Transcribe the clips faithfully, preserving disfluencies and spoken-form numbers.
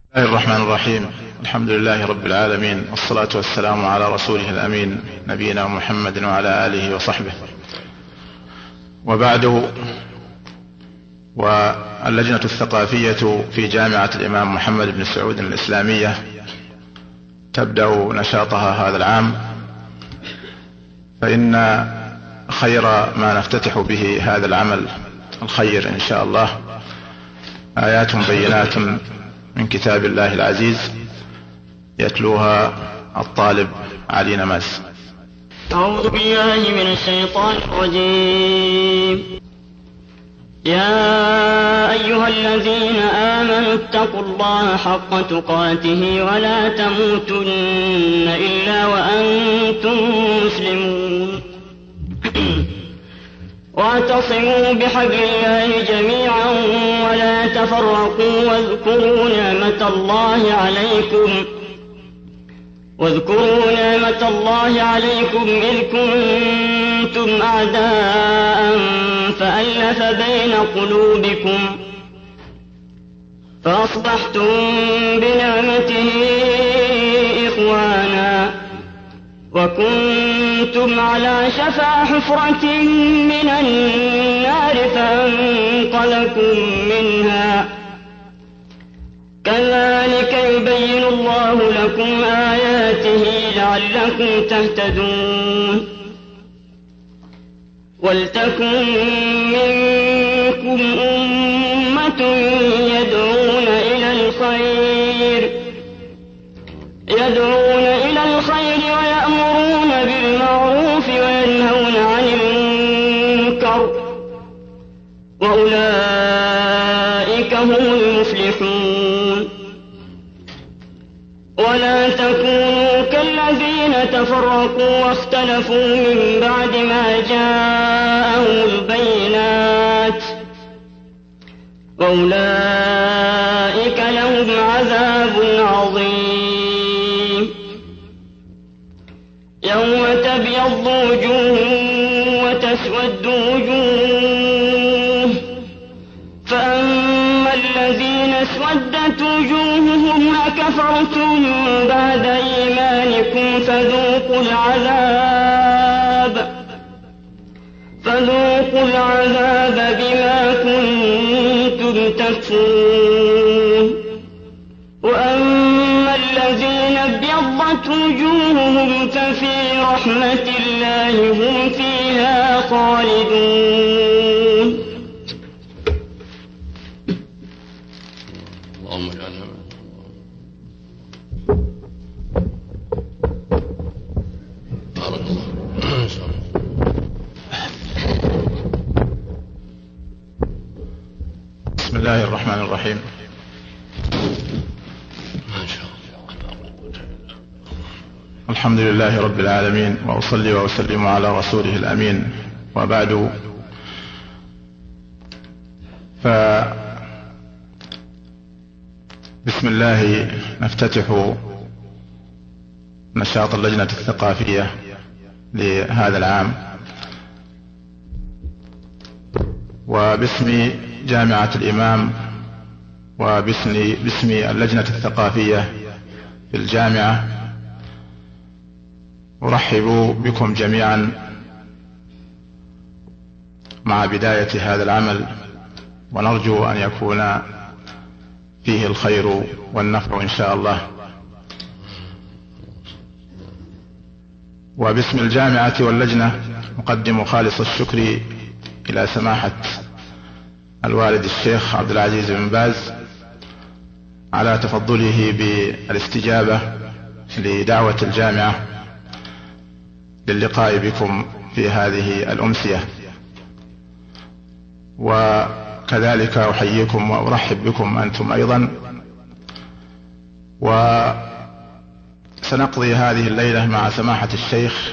بسم الله الرحمن الرحيم. الحمد لله رب العالمين، والصلاة والسلام على رسوله الأمين نبينا محمد وعلى آله وصحبه، وبعد. واللجنة الثقافية في جامعة الإمام محمد بن سعود الإسلامية تبدأ نشاطها هذا العام، فإن خير ما نفتتح به هذا العمل الخير إن شاء الله آيات بينات من كتاب الله العزيز يتلوها الطالب علي نماس. أعوذ بالله من الشيطان الرجيم. يا أيها الذين آمنوا اتقوا الله حق تقاته ولا تموتن إلا وأنتم مسلمون واعتصموا بحبل الله جميعا ولا تفرقوا واذكروا نعمة الله عليكم واذكروا نعمة الله عليكم إذ كنتم أعداء فألف بين قلوبكم فأصبحتم بنعمته إخوانا وكنتم على شفا حفرة من النار فأنقذكم منها كذلك يبين الله لكم آياته لعلكم تهتدون. ولتكن منكم أمة يدعون إلى الخير يدعون إلى الخير ويأمرون بالمعروف وينهون عن المنكر وأولئك هم المفلحون. ولا تكونوا كالذين تفرقوا واختلفوا من بعد ما جاءهم البينات وأولئك لهم عذاب عظيم. يوم تبيض وجوه وتسود وجوه فأما الذين اسودت وجوههم أكفرتم بعد إيمانكم فذوقوا العذاب فذوقوا العذاب بما كنتم تكفرون. وأما الذين ابيضت وجوههم ففي رحمة الله هم فيها خالدون. اللهم اجعلنا بارك الله. بسم الله الرحمن الرحيم. الحمد لله رب العالمين، وأصلي وأسلم على رسوله الأمين، وبعد. فبسم الله نفتتح نشاط اللجنة الثقافية لهذا العام، وباسم جامعة الإمام وباسم باسم اللجنة الثقافية في الجامعة أرحب بكم جميعا مع بداية هذا العمل، ونرجو أن يكون فيه الخير والنفع إن شاء الله. وباسم الجامعة واللجنة أقدم خالص الشكر إلى سماحة الوالد الشيخ عبد العزيز بن باز على تفضله بالاستجابة لدعوة الجامعة للقاء بكم في هذه الأمسية، وكذلك أحييكم وأرحب بكم أنتم أيضا. وسنقضي هذه الليلة مع سماحة الشيخ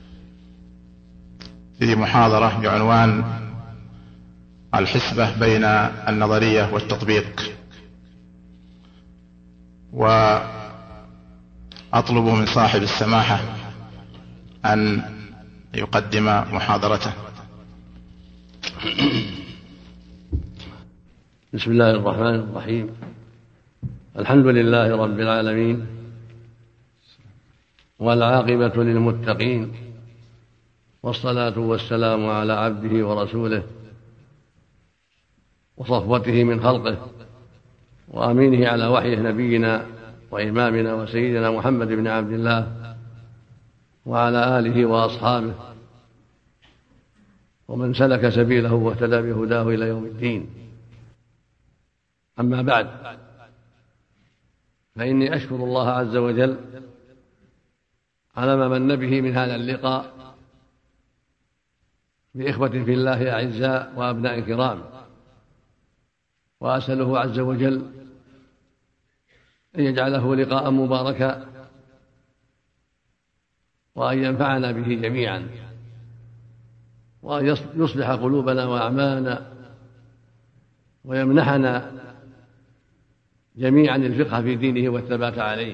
في محاضرة بعنوان الحسبة بين النظرية والتطبيق، وأطلب من صاحب السماحة أن يقدم محاضرته. بسم الله الرحمن الرحيم. الحمد لله رب العالمين، والعاقبة للمتقين، والصلاة والسلام على عبده ورسوله وصفوته من خلقه وأمينه على وحيه نبينا وإمامنا وسيدنا محمد بن عبد الله وعلى آله وأصحابه ومن سلك سبيله واهتدى بهداه إلى يوم الدين. أما بعد، فإني أشكر الله عز وجل على ما من به من هذا اللقاء بإخوة في الله أعزاء وأبناء كرام، وأسأله عز وجل أن يجعله لقاء مباركا وأن ينفعنا به جميعا، وأن يصلح قلوبنا وأعمالنا، ويمنحنا جميعا الفقه في دينه والثبات عليه،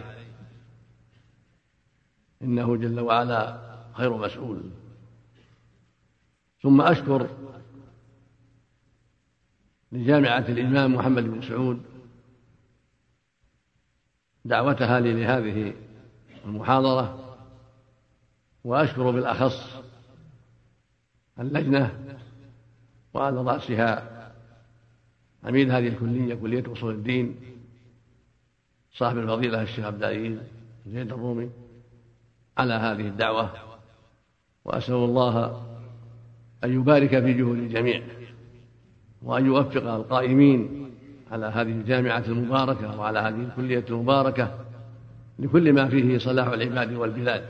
إنه جل وعلا خير مسؤول. ثم أشكر لجامعة الإمام محمد بن سعود دعوتها لي لهذه المحاضرة، وأشكر بالأخص اللجنة وعلى رأسها عميد هذه الكلية، كلية أصول الدين، صاحب الفضيلة الشيخ عبد العزيز زيد الرومي، على هذه الدعوة، وأسأل الله أن يبارك في جهود الجميع، وأن يوفق القائمين على هذه الجامعة المباركة وعلى هذه الكلية المباركة لكل ما فيه صلاح العباد والبلاد،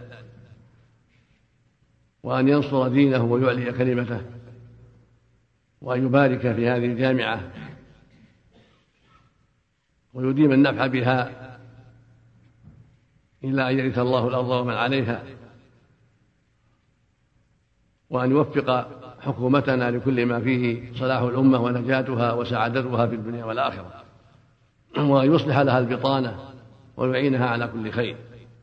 وأن ينصر دينه ويعلي كلمته، وأن يبارك في هذه الجامعة ويديم النفع بها إلى أن يرث الله الأرض ومن عليها، وأن يوفق حكومتنا لكل ما فيه صلاح الأمة ونجاتها وسعادتها في الدنيا والآخرة، وأن يصلح لها البطانة ويعينها على كل خير.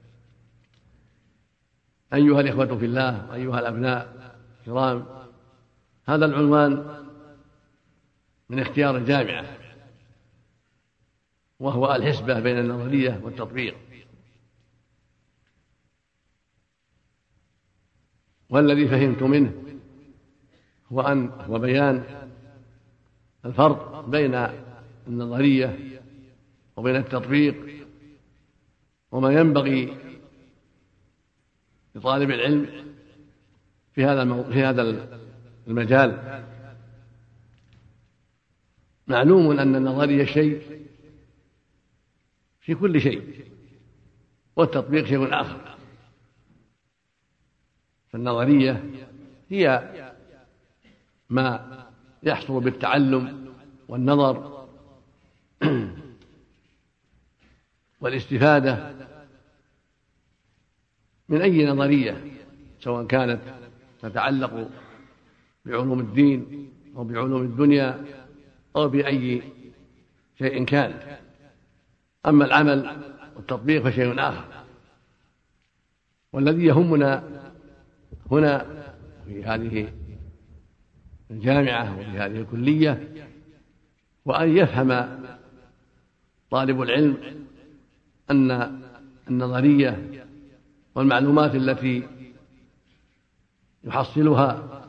أيها الإخوة في الله، أيها الأبناء الكرام، هذا العنوان من اختيار الجامعة، وهو الحسبة بين النظرية والتطبيق، والذي فهمت منه هو أن هو بيان الفرق بين النظرية وبين التطبيق، وما ينبغي لطالب العلم في هذا في هذا المجال. معلوم أن النظرية شيء في كل شيء، والتطبيق شيء آخر. فالنظرية هي ما يحصل بالتعلم والنظر والاستفادة من أي نظرية، سواء كانت تتعلق بعلوم الدين أو بعلوم الدنيا أو بأي شيء كان. أما العمل والتطبيق فشيء آخر. والذي يهمنا هنا في هذه الجامعة وفي هذه الكلية وأن يفهم طالب العلم أن النظرية والمعلومات التي يحصلها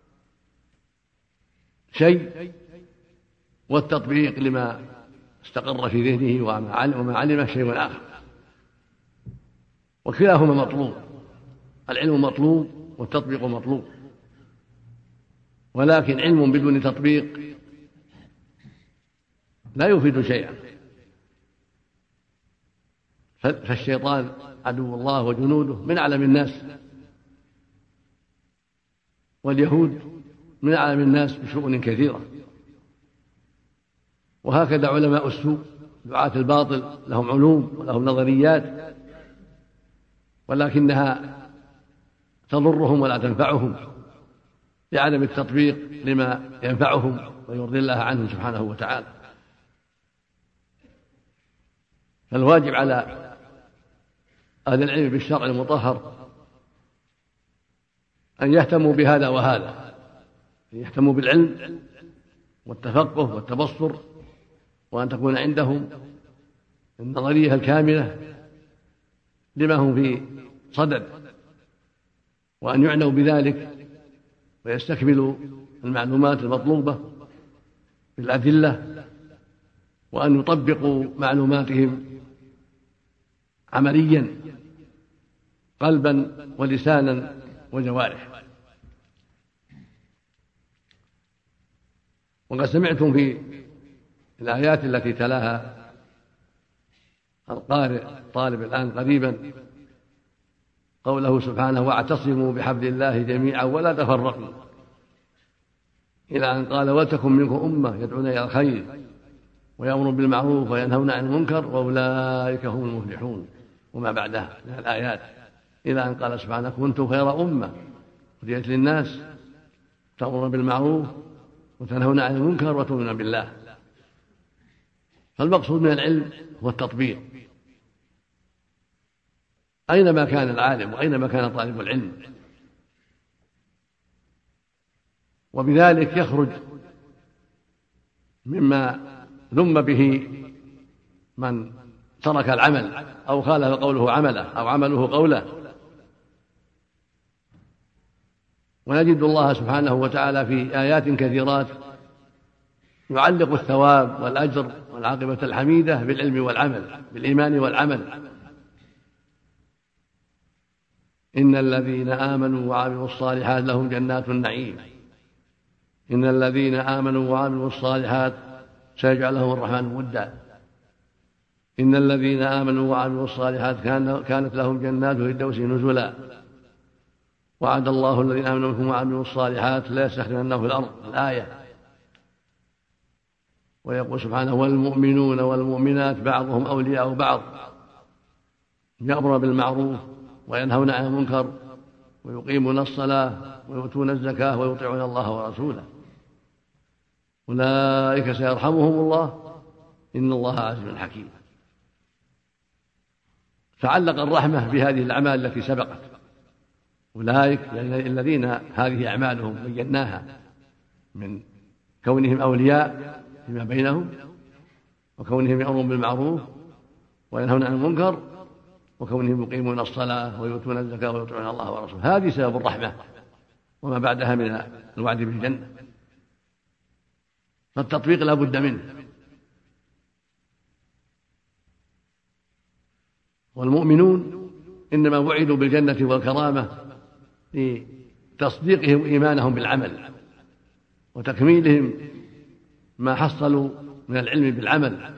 شيء، والتطبيق لما استقر في ذهنه وما علمه شيء آخر، وكلاهما مطلوب. العلم مطلوب والتطبيق مطلوب، ولكن علم بدون تطبيق لا يفيد شيئا. فالشيطان عدو الله وجنوده من أعلم الناس، واليهود من أعلم الناس بشؤون كثيرة، وهكذا علماء السوء دعاة الباطل لهم علوم ولهم نظريات، ولكنها تضرهم ولا تنفعهم بعدم التطبيق لما ينفعهم ويرضي الله عنهم سبحانه وتعالى. فالواجب على أهل العلم بالشرع المطهر أن يهتموا بهذا وهذا، أن يهتموا بالعلم والتفقه والتبصر، وأن تكون عندهم النظرية الكاملة لما هم في صدد، وأن يعنوا بذلك ويستكملوا المعلومات المطلوبة بالأدلة، وأن يطبقوا معلوماتهم عمليا قلبا ولسانا وجوارح. وقد سمعتم في الآيات التي تلاها القارئ طالب الآن قريبا قوله سبحانه: واعتصموا بحبل الله جميعا ولا تفرقوا، إلى أن قال: ولتكن منكم أمة يدعون إلى الخير ويأمرون بالمعروف وينهون عن المنكر وأولئك هم المفلحون، وما بعدها من الآيات، إلى أن قال سبحانه: كنتم خير أمة أخرجت للناس تأمرون بالمعروف وتنهون عن المنكر وتؤمنون بالله. فالمقصود من العلم هو التطبيق أينما كان العالم وأينما كان طالب العلم، وبذلك يخرج مما ذم به من ترك العمل أو خالف قوله عمله أو عمله قوله. ونجد الله سبحانه وتعالى في آيات كثيرات يعلق الثواب والأجر والعاقبة الحميدة بالعلم والعمل، بالإيمان والعمل. إن الذين آمنوا وعملوا الصالحات لهم جنات النعيم، إن الذين آمنوا وعملوا الصالحات سيجعل لهم الرحمن ودا، إن الذين آمنوا وعملوا الصالحات كانت لهم جنات الفردوس نزلا، وعد الله الذين آمنوا منكم وعملوا الصالحات لا يستخلفنهم في الأرض. الآية. ويقول سبحانه: والمؤمنون والمؤمنات بعضهم أولياء بعض يأمرون بالمعروف وينهون عن المنكر ويقيمون الصلاة ويؤتون الزكاة ويطيعون الله ورسوله أولئك سيرحمهم الله إن الله عزيز حكيم. تعلق الرحمة بهذه الأعمال التي سبقت. أولئك يعني الذين هذه أعمالهم بيناها من كونهم أولياء فيما بينهم، وكونهم يأمرون بالمعروف وينهون عن المنكر، وكونهم يقيمون الصلاة ويؤتون الزكاة ويطيعون الله ورسوله. هذه سبب الرحمة وما بعدها من الوعد بالجنة. فالتطبيق لا بد منه. والمؤمنون إنما وعدوا بالجنة والكرامة لتصديقهم إيمانهم بالعمل وتكميلهم ما حصلوا من العلم بالعمل،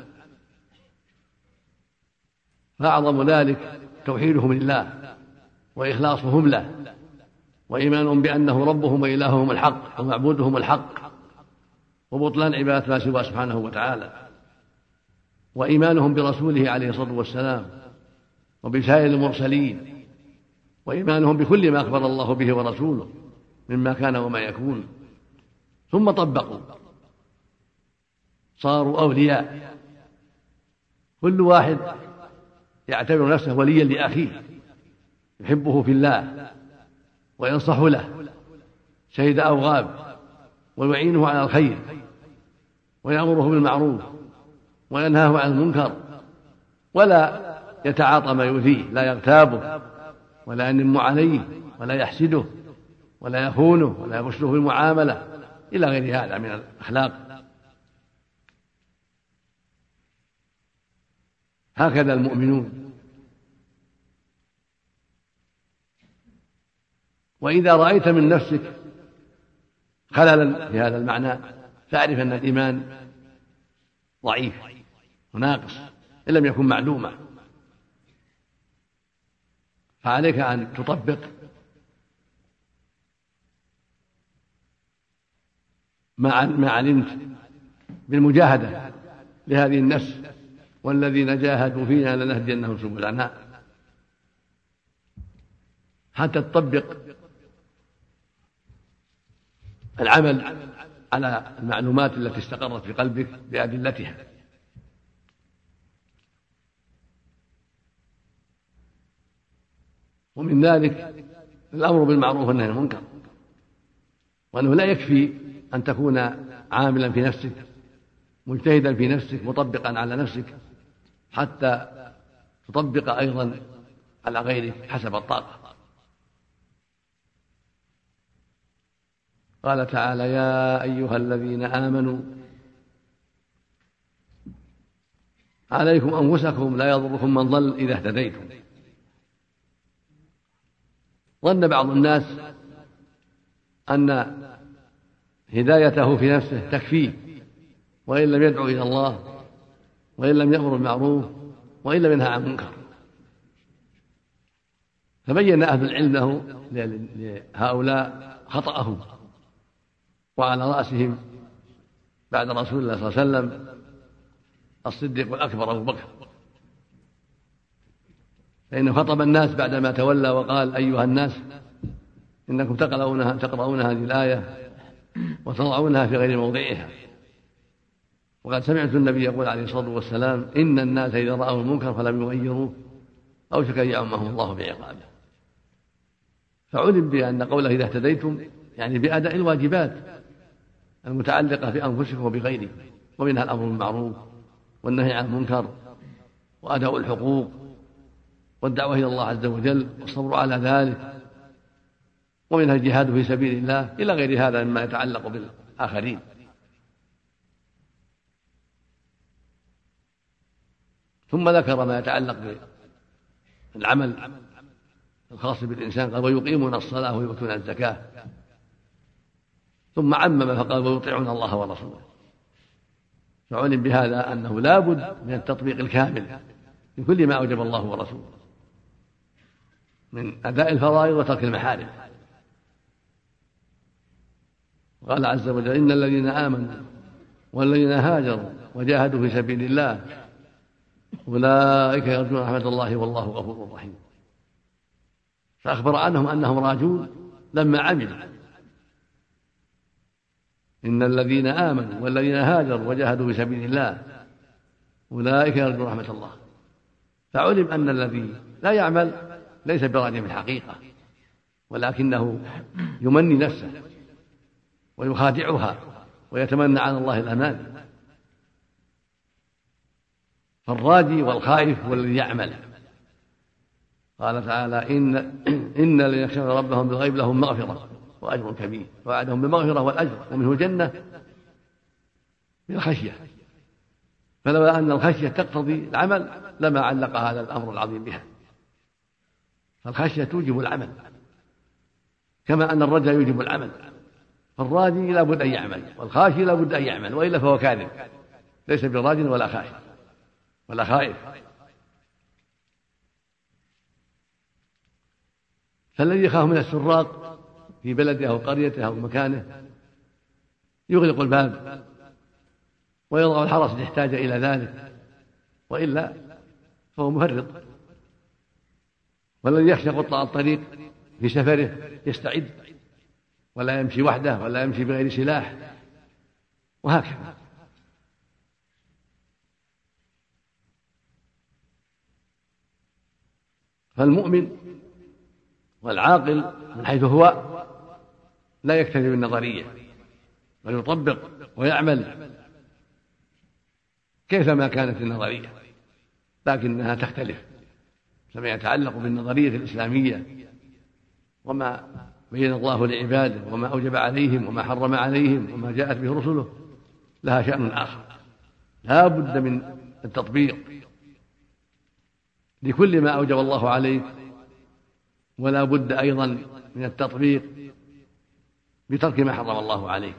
فأعظم ذلك توحيدهم لله وإخلاصهم له وإيمانهم بأنه ربهم وإلههم الحق ومعبودهم الحق، وبطلان عبادة ما سواه سبحانه وتعالى، وإيمانهم برسوله عليه الصلاة والسلام وبسائر المرسلين، وإيمانهم بكل ما أخبر الله به ورسوله مما كان وما يكون. ثم طبقوا، صاروا أولياء، كل واحد يعتبر نفسه وليا لأخيه، يحبه في الله وينصح له شهد أو غاب، ويعينه على الخير ويأمره بالمعروف وينهاه عن المنكر، ولا يتعاطى ما يؤذيه، لا يغتابه ولا ينم عليه ولا يحسده ولا يخونه ولا يغشه في المعاملة إلى غير هذا من الأخلاق. هكذا المؤمنون. وإذا رأيت من نفسك خللا في هذا المعنى فاعرف أن الإيمان ضعيف وناقص إن لم يكن معلوما، فعليك أن تطبق ما علمت بالمجاهدة لهذه النفس، والذين جاهدوا فينا لنهدينهم سبلنا، حتى تطبق العمل على المعلومات التي استقرت في قلبك بأدلتها. ومن ذلك الأمر بالمعروف والنهي عن المنكر، وأنه لا يكفي أن تكون عاملا في نفسك مجتهدا في نفسك مطبقا على نفسك حتى تطبق أيضا على غيرك حسب الطاقة. قال تعالى: يا أيها الذين آمنوا عليكم أنفسكم لا يضركم من ضل إذا اهتديتم. ظن بعض الناس أن هدايته في نفسه تكفيه، وإن لم يدعو إلى الله، وإن لم يأمر بالمعروف، وإن لم ينهى عن منكر. فبين أهل العلم له لهؤلاء خطأهم، وعلى رأسهم بعد رسول الله صلى الله عليه وسلم الصديق الأكبر أبو بكر، فإنه خطب الناس بعدما تولى وقال: أيها الناس، إنكم تقرؤونها تقرؤون هذه الآية وتضعونها في غير موضعها، وقد سمعت النبي يقول عليه الصلاة والسلام: إن الناس إذا رأوا المنكر فلم يغيروه أوشك أن يعمهم الله بعقابه. فعلم بأن قوله إذا اهتديتم يعني بأداء الواجبات المتعلقة بأنفسكم وبغيركم، ومنها الأمر بالمعروف والنهي عن المنكر وأداء الحقوق والدعوة إلى الله عز وجل والصبر على ذلك، ومنها الجهاد في سبيل الله، إلى غير هذا مما يتعلق بالآخرين. ثم ذكر ما يتعلق بالعمل الخاص بالإنسان، قال: ويقيمون الصلاة ويؤتون الزكاة. ثم عمم فقال: ويطيعون الله ورسوله. فعلم بهذا أنه لا بد من التطبيق الكامل لكل ما أوجب الله ورسوله من أداء الفرائض وترك المحارم. قال عز وجل: إن الذين آمنوا والذين هاجروا وجاهدوا في سبيل الله أولئك يرجون رحمة الله والله غفور رحيم. فأخبر عنهم أنهم راجون لما عملوا. إن الذين آمنوا والذين هاجروا وجاهدوا في سبيل الله أولئك يرجون رحمة الله. فعلم أن الذي لا يعمل ليس براجع في الحقيقة، ولكنه يمني نفسه ويخادعها ويتمنى على الله الأمان. فالراجي والخائف هو الذي يعمل. قال تعالى: إن إن الذين يخشون ربهم بالغيب لهم مغفرة وأجر كبير، ووعدهم بالمغفرة والأجر ومنه الجنة بالخشية. فلولا أن الخشية تقتضي العمل لما علق هذا الأمر العظيم بها. فالخشية توجب العمل كما أن الرجاء يوجب العمل. فالراجي لا بد أن يعمل، والخاشي لا بد أن يعمل، وإلا فهو كاذب، ليس براج ولا خائف ولا خائف. فالذي يخاف من السراق في بلده أو قريته أو مكانه يغلق الباب ويضع الحرس إذا احتاج إلى ذلك، وإلا فهو مفرط. والذي يخشى قطاع الطريق في سفره يستعد ولا يمشي وحده ولا يمشي بغير سلاح، وهكذا. فالمؤمن والعاقل من حيث هو لا يكتفي بالنظرية، بل يطبق ويعمل كيفما كانت النظرية، لكنها تختلف فيما يتعلق بالنظرية الإسلامية وما بين الله لعباده وما أوجب عليهم وما حرم عليهم وما جاءت به رسله لها شأن آخر. لا بد من التطبيق لكل ما أوجب الله عليك، ولا بد أيضا من التطبيق بترك ما حرم الله عليك،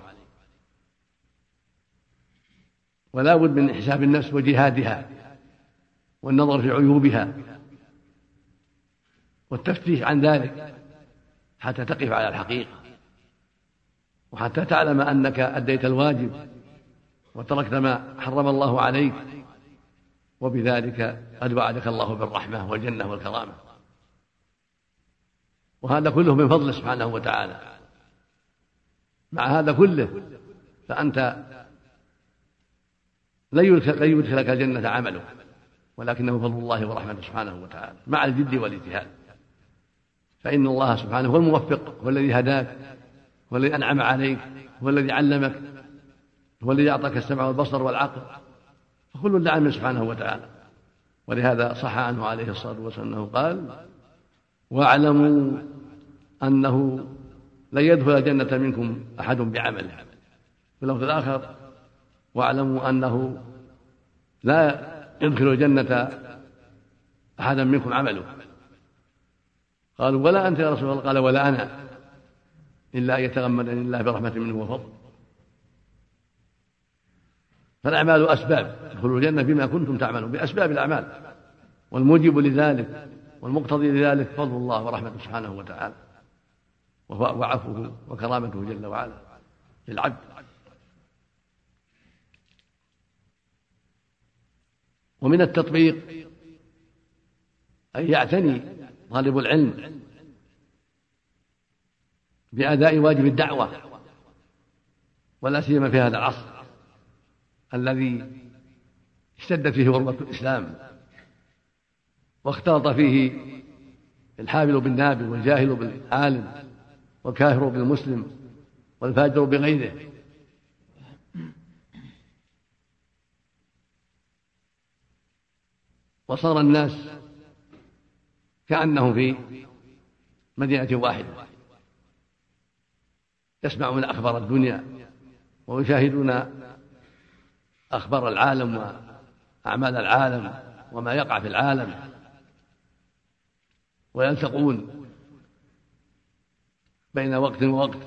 ولا بد من حساب النفس وجهادها والنظر في عيوبها والتفتيش عن ذلك حتى تقف على الحقيقة، وحتى تعلم أنك أديت الواجب وتركت ما حرم الله عليك، وبذلك قد وعدك الله بالرحمة والجنة والكرامة. وهذا كله من فضله سبحانه وتعالى. مع هذا كله فأنت لن يدخلك الجنة عمله، ولكنه فضل الله ورحمته سبحانه وتعالى مع الجد والاجتهاد. فإن الله سبحانه هو الموفق، هو الذي هداك، هو الذي أنعم عليك، هو الذي علمك، هو الذي أعطاك السمع والبصر والعقل، فكل لله سبحانه وتعالى. ولهذا صح عنه عليه الصلاة والسلام أنه قال: واعلموا أنه لن يدخل الجنة منكم أحد بعمله. في اللفظ الآخر: واعلموا أنه لا يدخل الجنة أحدا منكم عمله. قالوا: ولا أنت يا رسول الله؟ قال: ولا أنا، إلا أن يتغمدني الله برحمة منه وفضل. فالأعمال أسباب، ادخلوا الجنة بما كنتم تعملون، بأسباب الأعمال، والموجب لذلك والمقتضي لذلك فضل الله ورحمته سبحانه وتعالى وعفوه وكرامته جل وعلا للعبد. ومن التطبيق أن يعتني طالب العلم بأداء واجب الدعوة، ولا سيما في هذا العصر الذي اشتدت فيه غربة الإسلام واختلط فيه الحافل بالنابل والجاهل بالعالم والكافر بالمسلم والفاجر بغيره. وصار الناس كأنهم في مدينة واحدة، يسمعون أخبار الدنيا ويشاهدون أخبار العالم وأعمال العالم وما يقع في العالم، ويلتقون بين وقت ووقت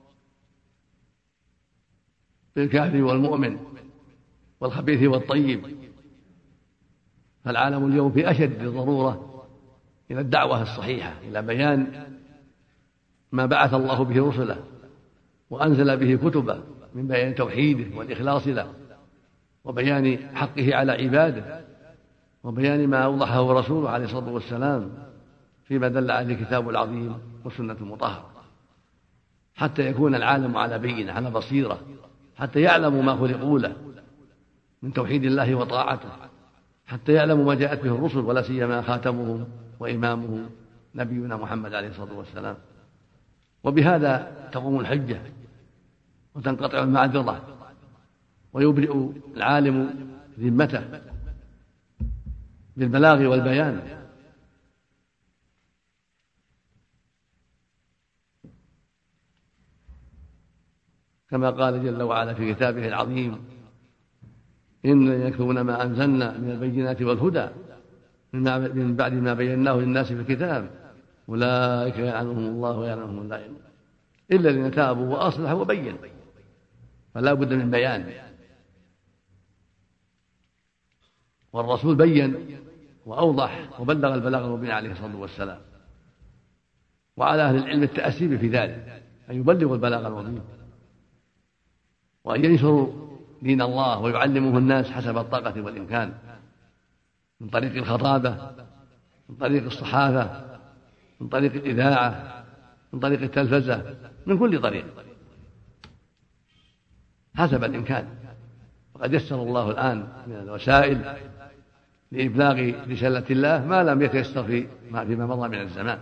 بالكافر والمؤمن والخبيث والطيب. فالعالم اليوم في أشد الضرورة إلى الدعوة الصحيحة، إلى بيان ما بعث الله به رسله وأنزل به كتبه من بيان توحيده والإخلاص له، وبيان حقه على عباده، وبيان ما أوضحه رسوله عليه الصلاة والسلام فيما دل عليه الكتاب العظيم والسنة المطهرة، حتى يكون العالم على بينة على بصيرة، حتى يعلموا ما خلقوا له من توحيد الله وطاعته، حتى يعلموا ما جاءت به الرسل، ولا سيما خاتمهم وإمامهم نبينا محمد عليه الصلاة والسلام. وبهذا تقوم الحجة وتنقطع المعذرة ويبرئ العالم ذمته بالبلاغ والبيان. كما قال جل وعلا في كتابه العظيم: إن يكتمون ما أنزلنا من البينات والهدى من بعد ما بيناه للناس في الكتاب أولئك يلعنهم الله ويلعنهم اللائمون إلا الذين تابوا وأصلحوا وبينوا. فلا بد من بيان، والرسول بين وأوضح وبلغ البلاغ المبين عليه الصلاة والسلام، وعلى أهل العلم التأسي في ذلك، أن يبلغوا البلاغ المبين وأن ينشروا دين الله ويعلمه الناس حسب الطاقة والإمكان، من طريق الخطابة، من طريق الصحافة، من طريق الإذاعة، من طريق التلفزة، من كل طريق حسب الإمكان. وقد يسر الله الآن من الوسائل لإبلاغ رسالة الله ما لم يتيسر فيما مضى من الزمان.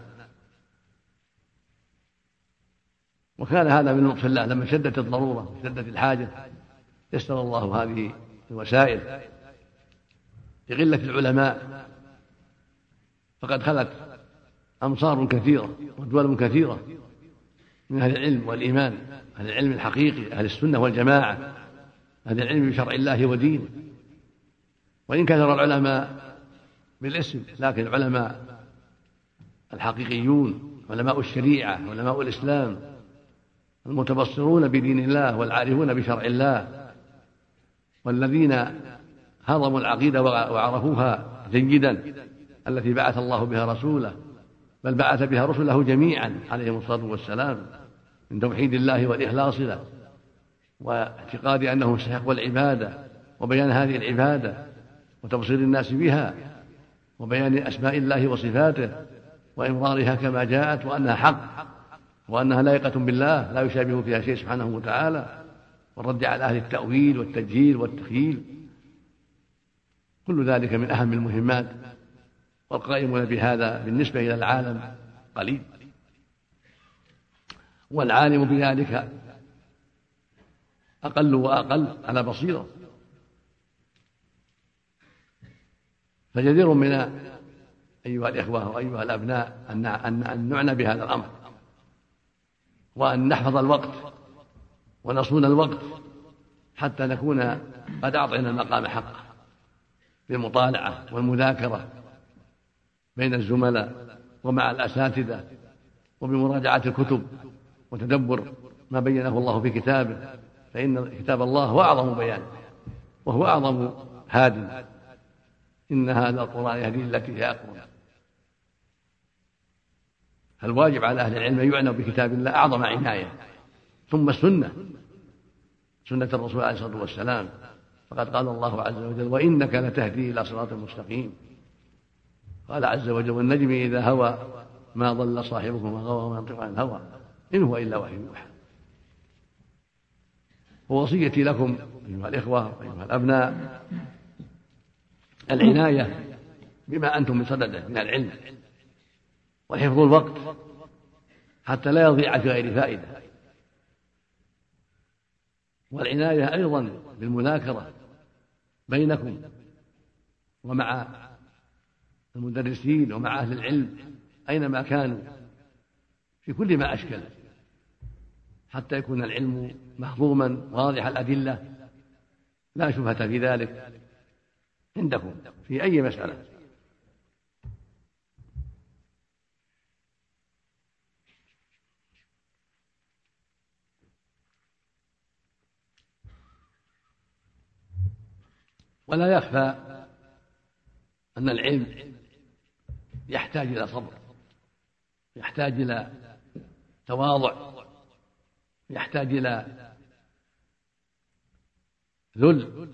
وكان هذا من لطف الله لما شدت الضرورة وشدت الحاجة يسر الله هذه الوسائل. لقلة العلماء فقد خلت أمصار كثيرة ودول كثيرة من أهل العلم والإيمان، أهل العلم الحقيقي، أهل السنة والجماعة، أهل العلم بشرع الله ودينه. وإن كثر العلماء بالاسم، لكن العلماء الحقيقيون، علماء الشريعة، علماء الإسلام، المتبصرون بدين الله والعارفون بشرع الله، والذين هضموا العقيدة وعرفوها جيدا التي بعث الله بها رسوله، بل بعث بها رسله جميعا عليهم الصلاة والسلام، من توحيد الله والإخلاص له واعتقاد أنه يستحق العبادة وبيان هذه العبادة وتبصير الناس بها وبيان أسماء الله وصفاته وإمرارها كما جاءت، وأنها حق وأنها لائقة بالله لا يشابه فيها شيء سبحانه وتعالى، والرد على أهل التأويل والتجهيل والتخييل. كل ذلك من أهم المهمات، والقائمون بهذا بالنسبة إلى العالم قليل، والعالم بذلك أقل وأقل على بصيرة. فجدير منا أيها الإخوة وأيها الأبناء أن نعنى بهذا الأمر، وأن نحفظ الوقت ونصون الوقت حتى نكون قد أعطينا المقام حقه بالمطالعة والمذاكرة بين الزملاء ومع الأساتذة، وبمراجعة الكتب وتدبر ما بينه الله في كتابه، فإن كتاب الله هو أعظم بيان وهو أعظم هاد. إن هذا القرآن يهدي التي هي أقوم. فالواجب على أهل العلم أن يعنوا بكتاب الله أعظم عناية، ثم السنة، سنة الرسول عليه الصلاة والسلام، فقد قال الله عز وجل: وإنك لتهدي إلى صراط مستقيم. قال عز وجل: والنجم إذا هوى ما ضل صاحبكم وما غوى وما ينطق عن الهوى إن هو إلا وحي يوحى. ووصيتي لكم أيها الإخوة وأيها الأبناء العناية بما أنتم من صدده من العلم، وحفظ الوقت حتى لا يضيع في غير فائدة، والعناية أيضا بالمذاكرة بينكم ومع المدرسين ومع أهل العلم أينما كانوا في كل ما أشكل، حتى يكون العلم مهضوما واضح الأدلة لا شبهة في ذلك عندكم في أي مسألة. ولا يخفى أن العلم يحتاج إلى صبر، يحتاج إلى تواضع، يحتاج إلى ذل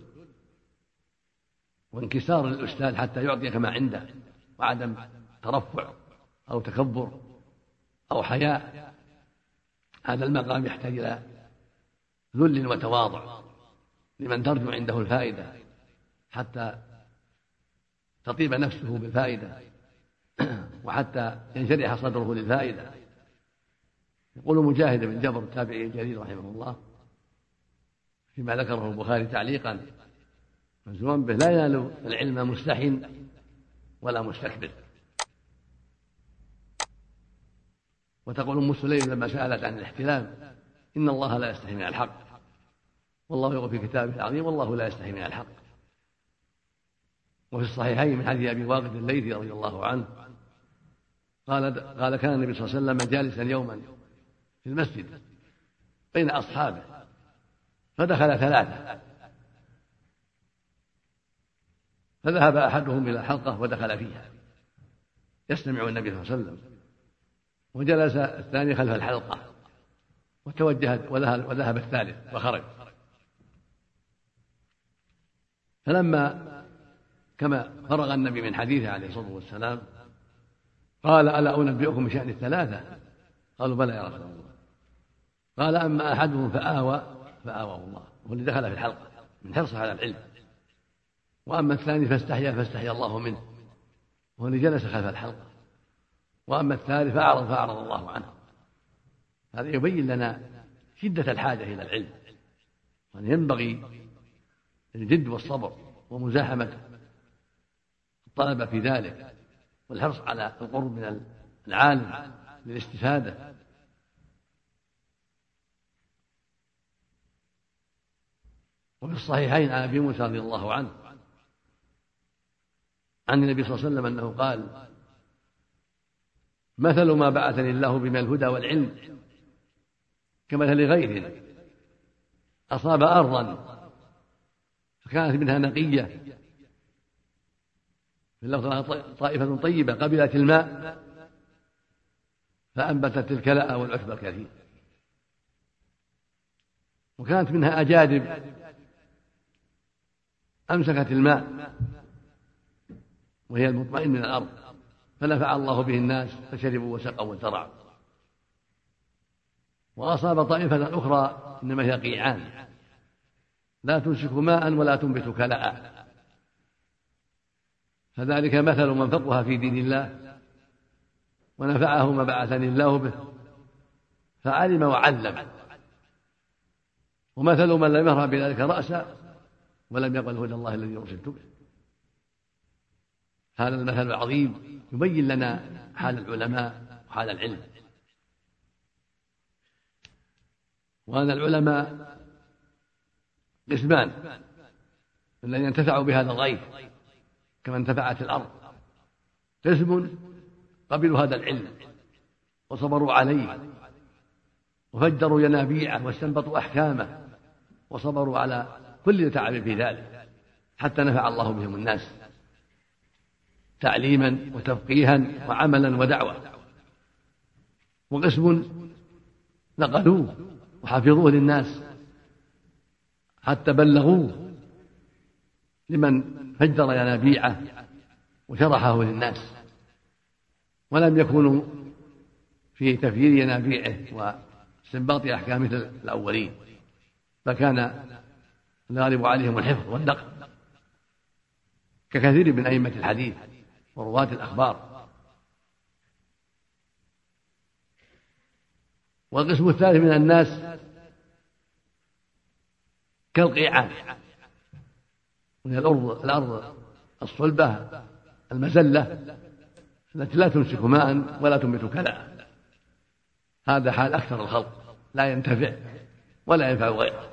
وانكسار للأستاذ حتى يعطيك ما عنده، وعدم ترفع أو تكبر أو حياء. هذا المقام يحتاج إلى ذل وتواضع لمن ترجو عنده الفائدة حتى تطيب نفسه بالفائدة وحتى ينشرح صدره للفائدة. يقول مجاهد بن جبر التابعي الجليل رحمه الله فيما ذكره البخاري تعليقا مجزوما به: لا ينال العلم مستحٍ ولا مستكبر. وتقول أم سليم لما سألت عن الاحتلام: إن الله لا يستحي من الحق، والله يقول في كتابه العظيم: والله لا يستحي من الحق. وفي الصحيحين من حديث أبي واقد الليثي رضي الله عنه قال قال كان النبي صلى الله عليه وسلم جالسا يوما في المسجد بين أصحابه، فدخل ثلاثة، فذهب أحدهم إلى حلقة ودخل فيها يستمع النبي صلى الله عليه وسلم، وجلس الثاني خلف الحلقة، وتوجه وذهب الثالث وخرج. فلما كما فرغ النبي من حديثه عليه الصلاة والسلام قال: ألا أنبئكم بشأن الثلاثة؟ قالوا: بلى يا رسول الله. قال: أما أحدهم فآوى فآواه الله، هو اللي دخل في الحلقة من حرصه على العلم، وأما الثاني فاستحيا فاستحيا الله منه، وهو اللي جلس خلف الحلقة، وأما الثالث فأعرض فأعرض الله عنه. هذا يبين لنا شدة الحاجة إلى العلم، وأن ينبغي الجد والصبر ومزاحمة الطلبة في ذلك، والحرص على القرب من العالم للاستفادة. وفي الصحيحين عن أبي موسى رضي الله عنه عن النبي صلى الله عليه وسلم أنه قال: مثل ما بعثني الله بما الهدى والعلم كمثل غيث أصاب أرضا فكانت منها نقية، في اللفظ طائفة طيبة قبلت الماء فأنبتت الكلاء والعشب الكثير، وكانت منها أجادب أمسكت الماء وهي المطمئن من الأرض فنفع الله به الناس فشربوا وسقوا وزرعوا. وأصاب طائفة أخرى إنما هي قيعان لا تمسك ماء ولا تنبت كلاء، فذلك مثل من فقه في دين الله ونفعه ما بعثني الله به فعلم وعلم، ومثل من لم يرى بذلك رأسا ولم يقل هدى الله الذي أرسلت به. هذا المثل العظيم يبين لنا حال العلماء وحال العلم، وأن العلماء قسمان: الذين انتفعوا بهذا الغيث كما انتفعت الأرض، قسم قبلوا هذا العلم وصبروا عليه وفجروا ينابيعه واستنبطوا أحكامه وصبروا على كل تعب في ذلك حتى نفع الله بهم الناس تعليما وتفقيها وعملا ودعوة. وقسم نقلوه وحفظوه للناس حتى بلغوه لمن فجر ينابيعه وشرحه للناس، ولم يكونوا في تفجير ينابيعه واستنباط أحكام مثل الأولين، فكان الغالب عليهم الحفظ والنقل ككثير من أئمة الحديث ورواة الأخبار. والقسم الثالث من الناس كالقيعان، وهي الأرض الأرض الصلبة المزلة التي لا تمسك ماء ولا تنبت كلأ. هذا حال أكثر الخلق، لا ينتفع ولا ينفع غيره،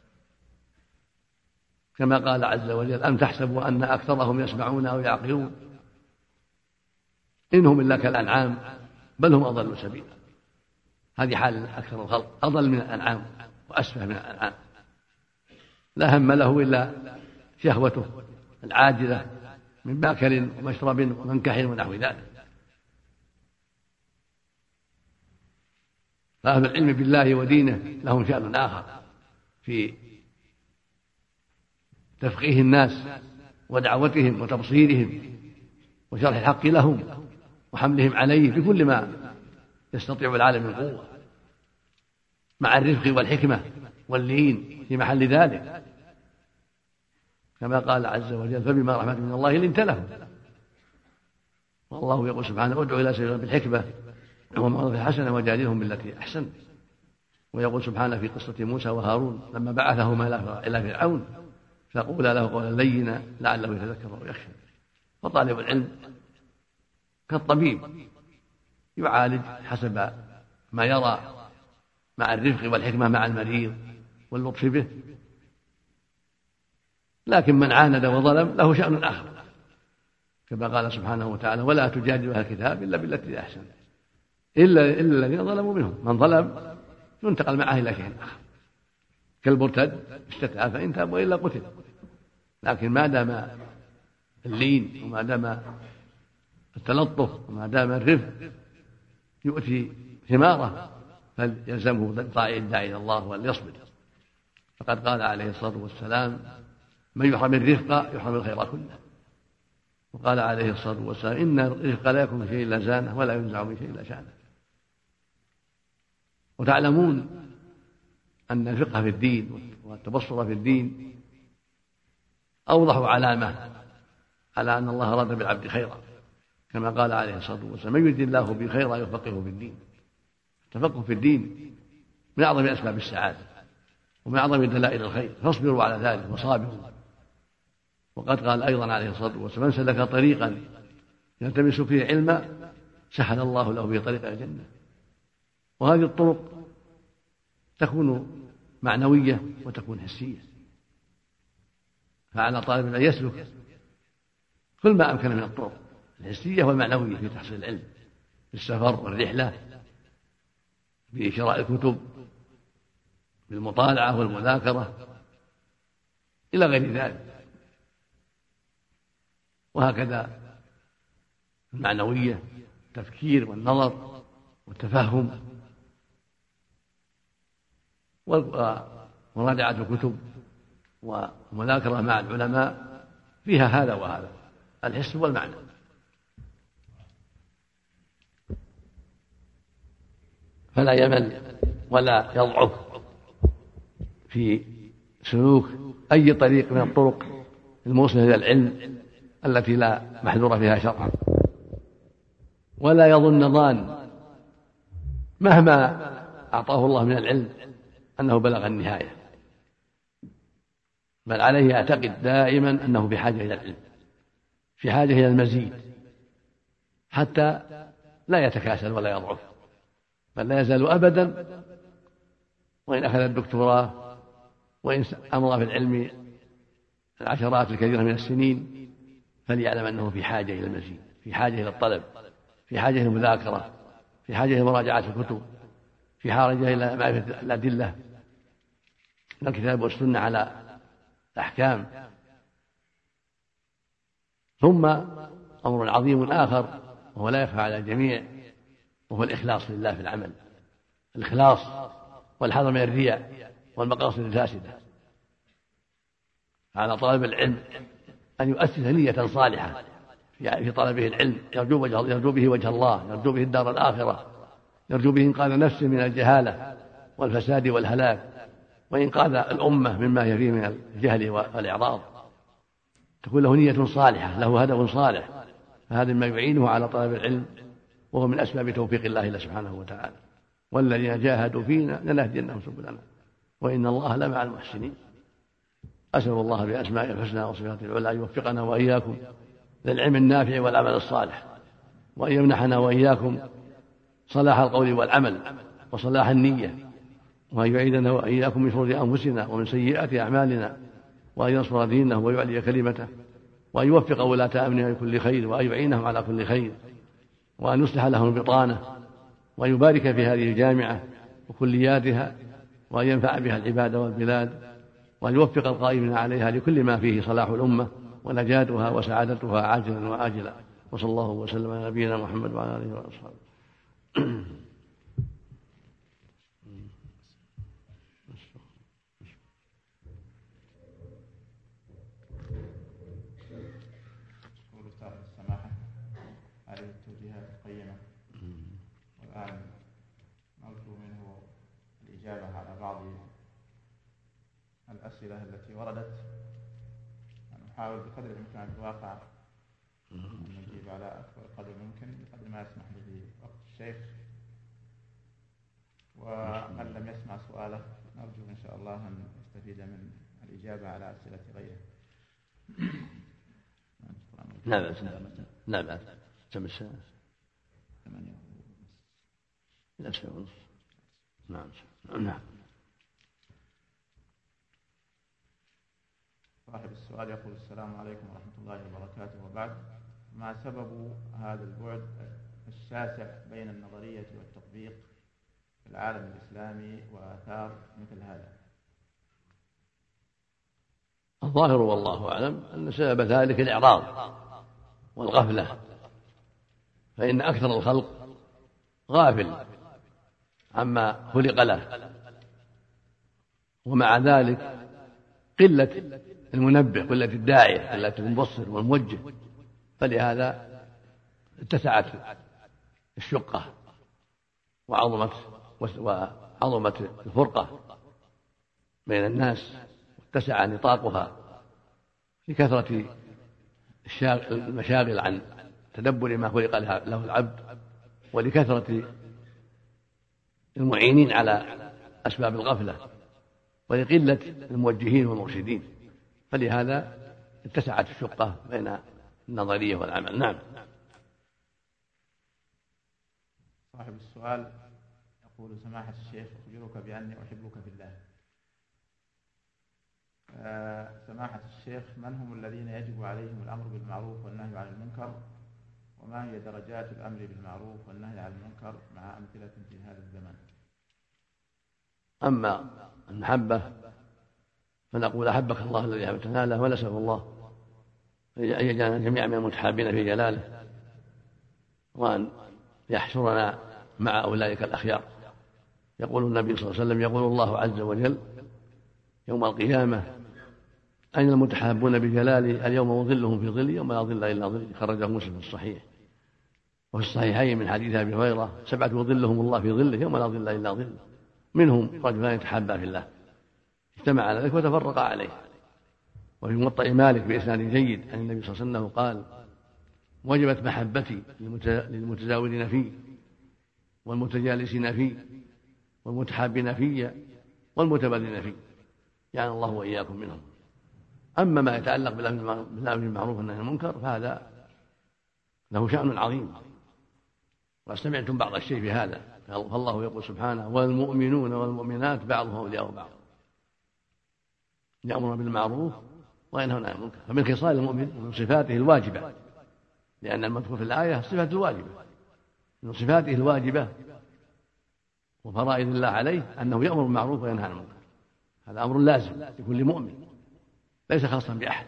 كما قال عز وجل: أم تحسبوا أن أكثرهم يسمعون أو يعقلون إنهم إلا كالأنعام بل هم أضل سبيلا. هذه حال أكثر الخلق، أضل من الأنعام وأسفه من الأنعام، لا هم له إلا شهوته العاجلة من ماكل ومشرب ومنكح ونحو ذلك. فأهل العلم بالله ودينه لهم شأن آخر في تفقيه الناس ودعوتهم وتبصيرهم وشرح الحق لهم وحملهم عليه بكل ما يستطيع العالم من قوة، مع الرفق والحكمة واللين في محل ذلك، كما قال عز وجل: فبما رحمة من الله لنت لهم. والله يقول سبحانه: ادعو إلى سبيل بالحكمة والموعظة الحسنة وجادلهم بالتي أحسن. ويقول سبحانه في قصة موسى وهارون لما بعثهما إلى فرعون: فقولا له قولا لينا لعله يتذكر أو يخشى. فطالب العلم كالطبيب يعالج حسب ما يرى مع الرفق والحكمة مع المريض واللطف به، لكن من عاند وظلم له شأن آخر، كما قال سبحانه وتعالى: ولا تجادلوا أهل الكتاب إلا بالتي أحسن إلا إلا الذين ظلموا منهم. من ظلم ينتقل معه إلى شيء آخر، كالمرتد استتاب فإن تاب وإلا قتل. لكن ما دام اللين وما دام التلطف وما دام الرفق يؤتي ثماره فليلزمه طاعة الداعي إلى الله وليصبر. فقد قال عليه الصلاة والسلام: من يحرم الرفق يحرم الخير كله. وقال عليه الصلاة والسلام: إن الرفق لا يكون من شيء إلا زانه ولا ينزع من شيء إلا شانه. وتعلمون أن الفقه في الدين والتبصر في الدين أوضح علامة على أن الله أراد بالعبد خيرا، كما قال عليه الصلاة والسلام: من يرد الله به خيرا يفقهه في الدين. التفقه في الدين من أعظم أسباب السعادة ومن أعظم دلائل الخير، فاصبروا على ذلك وصابروا. وقد قال أيضا عليه الصلاة والسلام: من سلك طريقا يلتمس فيه علما سهل الله له به طريق الجنة. وهذه الطرق تكون معنوية وتكون حسية، فعلى طالب أن يسلك كل ما أمكن من الطرق الحسية والمعنوية في تحصيل العلم، في السفر والرحلة، بشراء الكتب، بالمطالعة والمذاكرة إلى غير ذلك. وهكذا المعنوية التفكير والنظر والتفهم ومراجعة الكتب ومذاكرة مع العلماء فيها هذا وهذا، الحس والمعنى. فلا يمل ولا يضعف في سلوك أي طريق من الطرق الموصلة إلى العلم التي لا محذور فيها شرعا، ولا يظن ظان مهما أعطاه الله من العلم أنه بلغ النهاية، بل عليه يعتقد دائما أنه بحاجة إلى العلم في حاجة إلى المزيد حتى لا يتكاسل ولا يضعف، بل لا يزال أبدا وإن أخذ الدكتوراه وإن أمضى في العلم العشرات الكثيرة من السنين، فليعلم أنه في حاجة إلى المزيد، في حاجة إلى الطلب، في حاجة إلى المذاكرة، في حاجة إلى مراجعة الكتب، في حاجة إلى معرفة الأدلة من الكتاب والسنة على الأحكام. ثم أمر عظيم آخر وهو لا يخفى على الجميع، وهو الإخلاص لله في العمل، الإخلاص والحذر من الرياء والمقاصد الفاسدة. على طالب العلم أن يؤسس نية صالحة في طلبه العلم، يرجو, وجه يرجو به وجه الله، يرجو به الدار الآخرة، يرجو به إنقاذ نفسه من الجهالة والفساد والهلاك، وإنقاذ الأمة مما هي فيه من الجهل والإعراض. تكون له نية صالحة، له هدف صالح، فهذا ما يعينه على طلب العلم، وهو من أسباب توفيق الله سبحانه وتعالى. والذين جاهدوا فينا لنهدينهم سبلنا وإن الله لمع المحسنين. أسأل الله بأسمائه الحسنى وصفاته العلى أن يوفقنا وإياكم للعلم النافع والعمل الصالح، وأن يمنحنا وإياكم صلاح القول والعمل وصلاح النية، وأن يعيدنا وإياكم من شرور أنفسنا ومن سيئات أعمالنا، وأن ينصر دينه ويعلي كلمته، وأن يوفق ولاة أمنه لكل خير، وأن يعينهم على كل خير، وأن يصلح لهم البطانة، وأن يبارك في هذه الجامعة وكلياتها، وأن ينفع بها العباد والبلاد، وأن يوفق القائمين عليها لكل ما فيه صلاح الأمة ونجاتها وسعادتها عاجلا وآجلا. وصلى الله وسلم على نبينا محمد وعلى آله وأصحابه. السماحة عليه التوجيهات القيمة، والآن نرجو منه الإجابة على بعض الأسئلة التي وردت. نحاول بقدر الإمكان في الواقع أن نجيب على أكبر قدر ممكن بقدر ما يسمح به وقت الشيخ، ومن لم يسمع سؤاله نرجو إن شاء الله أن يستفيد من الإجابة على أسئلة غيره. لا بأس لا بأس كم الساعة؟ ثمانية إلى سبعة ونصف. نعم نعم. صاحب السؤال يقول: السلام عليكم ورحمة الله وبركاته، وبعد، ما سبب هذا البعد الشاسع بين النظرية والتطبيق في العالم الإسلامي وآثار مثل هذا؟ الظاهر والله أعلم أن سبب ذلك الإعراض والغفلة، فإن أكثر الخلق غافل عما خلق له، ومع ذلك قلة المنبه، قلة الداعية، قلة المبصر والموجه، فلهذا اتسعت الشقة وعظمت وعظمت الفرقة بين الناس، واتسع نطاقها لكثرة المشاغل عن تدبر ما خلق له العبد، ولكثرة المعينين على أسباب الغفلة، ولقلة الموجهين والمرشدين، فلهذا اتسعت الشقة بين النظرية والعمل. نعم. صاحب السؤال يقول: سماحة الشيخ، أخبرك بأني أحبك في الله. آه سماحة الشيخ، من هم الذين يجب عليهم الأمر بالمعروف والنهي عن المنكر؟ وما هي درجات الأمر بالمعروف والنهي عن المنكر مع أمثلة في هذا الزمان؟ أما المحبة فنقول: أحبك الله الذي أحببتنا له، ونسأل الله أن يجعلنا جميعا من المتحابين في جلاله، وأن يحشرنا مع أولئك الأخيار. يقول النبي صلى الله عليه وسلم: يقول الله عز وجل يوم القيامة: أين المتحابون بجلالي؟ اليوم أظلهم في ظلي يوم لا ظل إلا ظلي. خرجه مسلم في الصحيح. وفي الصحيحين من حديث أبي هريرة: سبعة يظلهم الله في ظله يوم لا ظل إلا ظله، منهم رجلان يتحابا في الله اجتمع على ذلك وتفرقا عليه. وفي موطأ مالك بإسناد جيد أن النبي صلى الله عليه وسلم قال: وجبت محبتي للمتزاورين فيه والمتجالسين فيه والمتحابين فيه والمتبادلين فيه، يعني الله وإياكم منهم. أما ما يتعلق بالأمر بالمعروف والنهي عن المنكر فهذا له شأن عظيم. وسمعتم بعض الشيء في هذا، فالله يقول سبحانه: والمؤمنون والمؤمنات بعضهم أولياء بعض يأمرون بالمعروف وينهون عن المنكر. فمن خصال المؤمن ومن صفاته الواجبة، لأن المذكور في الآية صفة الواجبة، من صفاته الواجبة وفرائض الله عليه أنه يأمر بالمعروف وينهى عن المنكر. هذا أمر لازم لكل مؤمن ليس خاصا بأحد.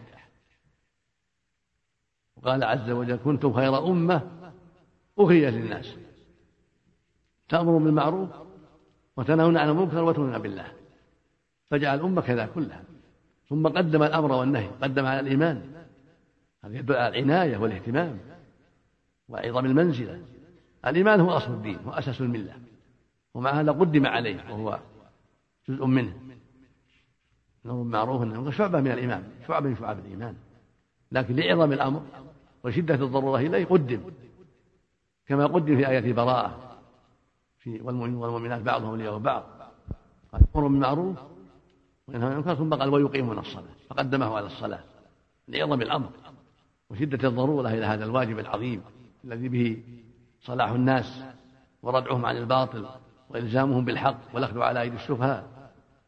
وقال عز وجل: كنتم خير أمة أخرجت للناس تأمرون بالمعروف وتنهون عن المنكر وتؤمنون بالله. فجعل الأمة كذا كلها، ثم قدم الأمر والنهي، قدم على الإيمان. هذا يدل على العناية والاهتمام وعظم المنزلة. الإيمان هو أصل الدين، هو أساس الملة، ومع هذا قدم عليه وهو جزء منه. الأمر بالمعروف أنه شعبة من الإيمان، شعبة من شعب الإيمان، لكن لعظم الأمر وشدة الضرورة إليه قدم، كما قدم في آية البراءة في والمؤمنون والمؤمنات بعضهم أولياء بعض. قال: أمر بالمعروف وينهى عن المنكر، ثم قال: ويقيمون الصلاة، فقدمه على الصلاة لعظم الأمر وشدة الضرورة إلى هذا الواجب العظيم الذي به صلاح الناس وردعهم عن الباطل وإلزامهم بالحق والأخذ على أيدي السفهاء.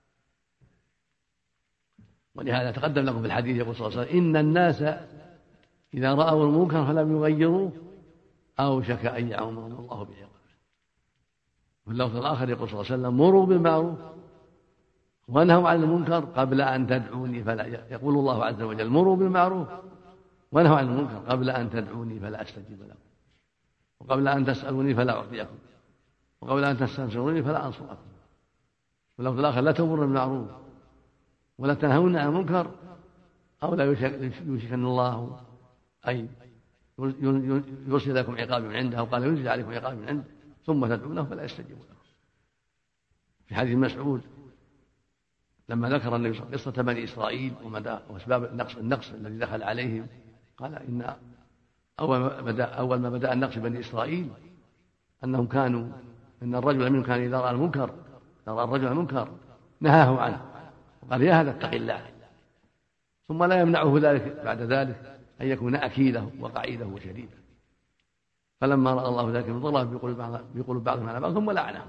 ولهذا تقدم لكم في الحديث يقول صلى الله عليه وسلم: إن الناس إذا رأوا المنكر فلم يغيروا أوشك أن يعمهم الله بعقابه. وفي اللفظ الآخر يقول صلى الله عليه وسلم: مروا بالمعروف وانهوا عن المنكر قبل أن تدعوني فلا. يقول الله عز وجل: مروا بالمعروف وانهوا عن المنكر قبل أن تدعوني فلا أستجيب لكم، وقبل أن تسألوني فلا أعطيكم، وقبل أن تستنصروني فلا أنصركم. وفي اللفظ الآخر: لا تأمرون بالمعروف ولا تنهون عن المنكر أو لا يوشكن الله أي يرسل لكم عقاب من عنده، وقال: ينزل عليكم عقاب من عنده ثم تدعونه فلا يستجيب لكم. في حديث مسعود لما ذكر النبي صلى الله عليه وسلم قصة بني إسرائيل ومدى وأسباب النقص, النقص الذي دخل عليهم، قال: إن أول ما بدأ, أول ما بدأ النقص بني إسرائيل أنهم كانوا إن الرجل منهم كان إذا رأى المنكر إذا رأى الرجل المنكر نهاه عنه وقال: يا هذا اتق الله، ثم لا يمنعه ذلك بعد ذلك أن يكون أكيده وقعيده وشديدا. فلما رأى الله ذلك انضرب بقلوب بعضهم على بعض ثم لعنه،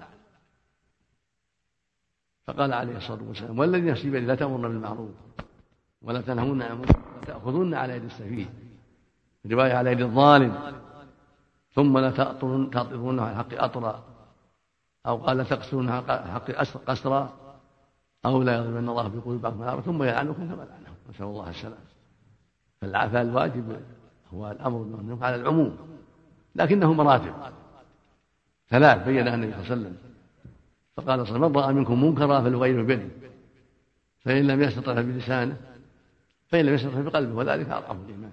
فقال عليه الصلاة والسلام: والذي نفسي بيده لا تأمرون بالمعروف ولا تنهون عن المنكر وتأخذون على يد السفيه، رواية على يد الظالم، ثم لا تأطرون على الحق أطرا، أو قال: لا تقصرون على الحق قصرا، أو لا يضربن الله بقلوب بعضهم على بعض ثم يلعنكم كما لعنهم، نسأل الله السلام. فالواجب هو الأمر بالمعروف على العموم، لكنه مراتب ثلاث بينها النبي صلى الله عليه وسلم. فقال صلى الله عليه وسلم: من رأى منكم منكرا فليغيره بيده، فإن لم يستطع بلسانه، فإن لم يستطع بقلبه، وذلك أضعف الإيمان.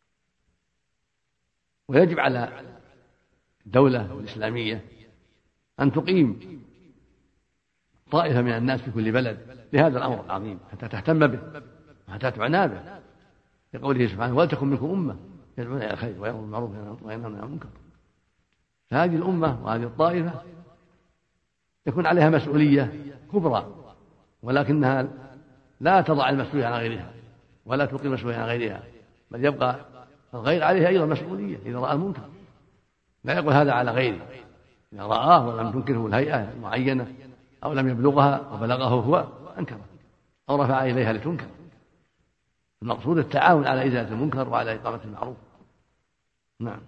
ويجب على الدولة الإسلامية أن تقيم طائفة من الناس في كل بلد لهذا الأمر العظيم حتى تهتم به وحتى تعنى به، لقوله سبحانه: ولتكن منكم أمة يدعون إلى الخير ويأمرون بالمعروف وينهون عن المنكر. فهذه الأمة وهذه الطائفة يكون عليها مسؤولية كبرى، ولكنها لا تضع المسؤولية على غيرها ولا تلقي المسؤولية على غيرها، بل يبقى الغير عليه أيضا مسؤولية. إذا رأى المنكر لا يقول هذا على غيره، إذا رآه ولم تنكره الهيئة المعينة أو لم يبلغها وبلغه هو أنكره أو رفع إليها لتنكر. المقصود التعاون على إزالة المنكر وعلى إقامة المعروف. نعم.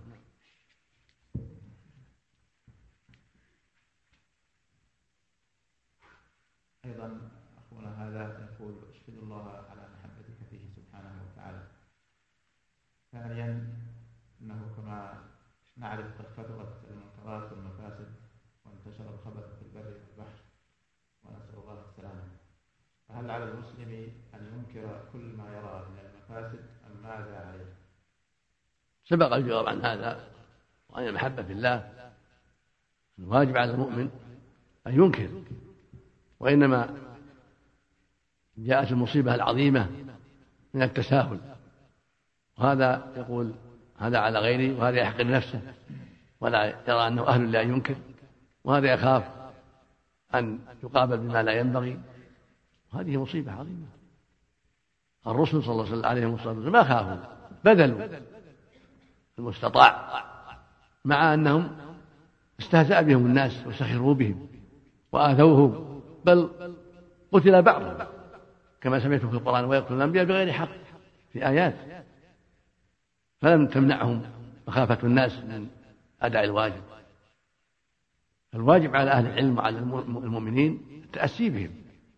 أيضا أخونا هذا يقول: أشهد الله على محبتك فيه سبحانه وتعالى. ثانيا أنه كما نعرف قد كثرت المنكرات والمفاسد وانتشر الخبث في البر والبحر ونسأل الله السلامة، فهل على المسلم أن ينكر كل ما يرى من المفاسد أم ماذا عليه؟ سبق الجواب عن هذا، وأن المحبة في الله الواجب على المؤمن أن ينكر، وإنما جاءت المصيبة العظيمة من التساهل، وهذا يقول هذا على غيري، وهذا يحقر نفسه ولا يرى أنه أهل لا ينكر، وهذا يخاف أن يقابل بما لا ينبغي، وهذه مصيبة عظيمة. الرسل صلى الله عليه وسلم ما خافوا، بذلوا المستطاع، مع أنهم استهزأ بهم الناس وسخروا بهم وآذوهم، بل قتل بعضهم كما سمعت في القرآن: ويقتل الأنبياء بغير حق، في آيات. فلم تمنعهم مخافة الناس من أداء الواجب. الواجب على أهل العلم وعلى المؤمنين التأسي بهم،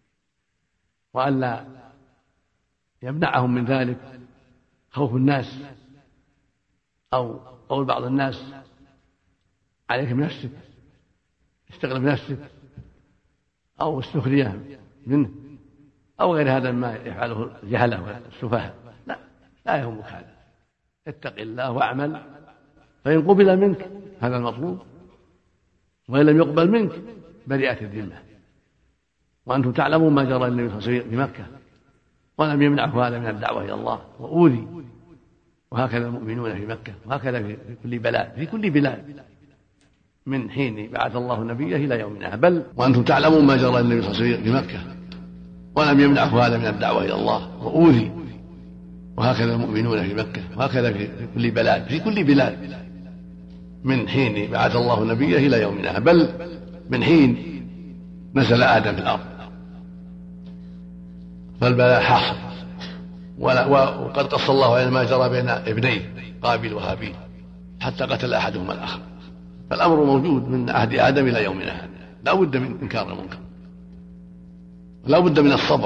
وألا يمنعهم من ذلك خوف الناس أو قول بعض الناس: عليك بنفسك، اشتغل بنفسك، أو السخرية منه، أو غير هذا ما يفعله الجهلة والسفهاء. لا لا يهمك هذا، اتق الله واعمل، فإن قبل منك هذا المطلوب، وإن لم يقبل منك برئت الذمة. وأنتم تعلمون ما جرى للنبي صلى الله عليه وسلم في مكة، ولم يمنعه هذا من الدعوة إلى الله، وأوذي. وهكذا المؤمنون في مكة، وهكذا في كل بلاد في كل بلاد من حين بعث الله نبيه إلى يومنا. بل وأنتم تعلمون ما جرى للنبي صلى الله عليه وسلم في مكة، ولم يمنعه هذا من الدعوة إلى الله، وأوذي. وهكذا المؤمنون في مكة، وهكذا في كل بلاد في كل بلاد من حين بعث الله نبيه إلى يومنا، بل من حين نزل آدم في الأرض، فالبلاء حاصل. وقد قص الله على ما جرى بين ابنيه قابيل وهابيل حتى قتل أحدهما الآخر. فالأمر موجود من عهد آدم إلى يومنا هذا، لا بد من إنكار المنكر، لا بد من الصبر.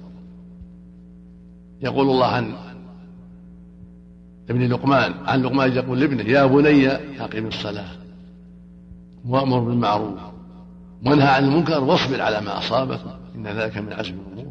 يقول الله عن ابن لقمان عن لقمان يقول لابنه: يا بني أقم الصلاة وأمر بالمعروف وانهى عن المنكر واصبر على ما أصابك إن ذلك من عزم الأمور.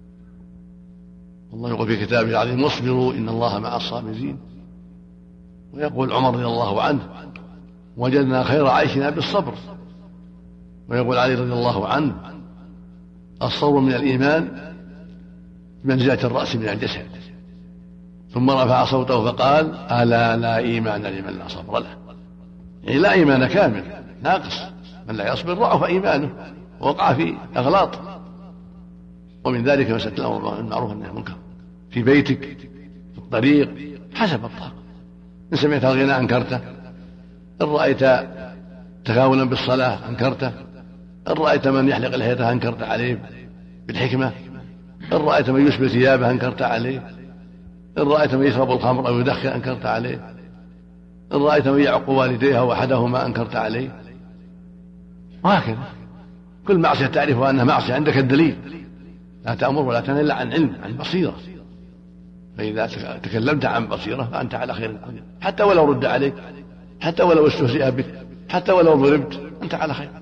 والله يقول في كتابه العظيم: واصبروا إن الله مع الصابرين. ويقول عمر رضي الله عنه: وجدنا خير عيشنا بالصبر. ويقول علي رضي الله عنه: الصبر من الإيمان بمنزلة الرأس من الجسد. ثم رفع صوته فقال: ألا لا إيمان لمن لا صبر له. يعني لا إيمان كامل، ناقص. من لا يصبر ضعف إيمانه ووقع في أغلاط. ومن ذلك مسألة الأمر بالمعروف والنهي عن المنكر في بيتك، في الطريق، حسب الطاقة. إن سمعت الغناء أنكرته، إن رأيت تهاونا بالصلاة أنكرته، إن رأيت من يحلق لحيته أنكرت عليه بالحكمة، إن رأيت من يسبل ثيابه أنكرت عليه، إن رأيت من يشرب الخمر أو يدخن أنكرت عليه، إن رأيت من يعق والديه أو أحدهما أنكرت عليه. وهكذا كل معصية تعرفها أنها معصية عندك الدليل، لا تأمر ولا تنهى إلا عن علم، عن بصيرة. فإذا تكلمت عن بصيرة فأنت على خير، حتى ولو رد عليك، حتى ولو استهزئ بك، حتى ولو ضربت، أنت على خير،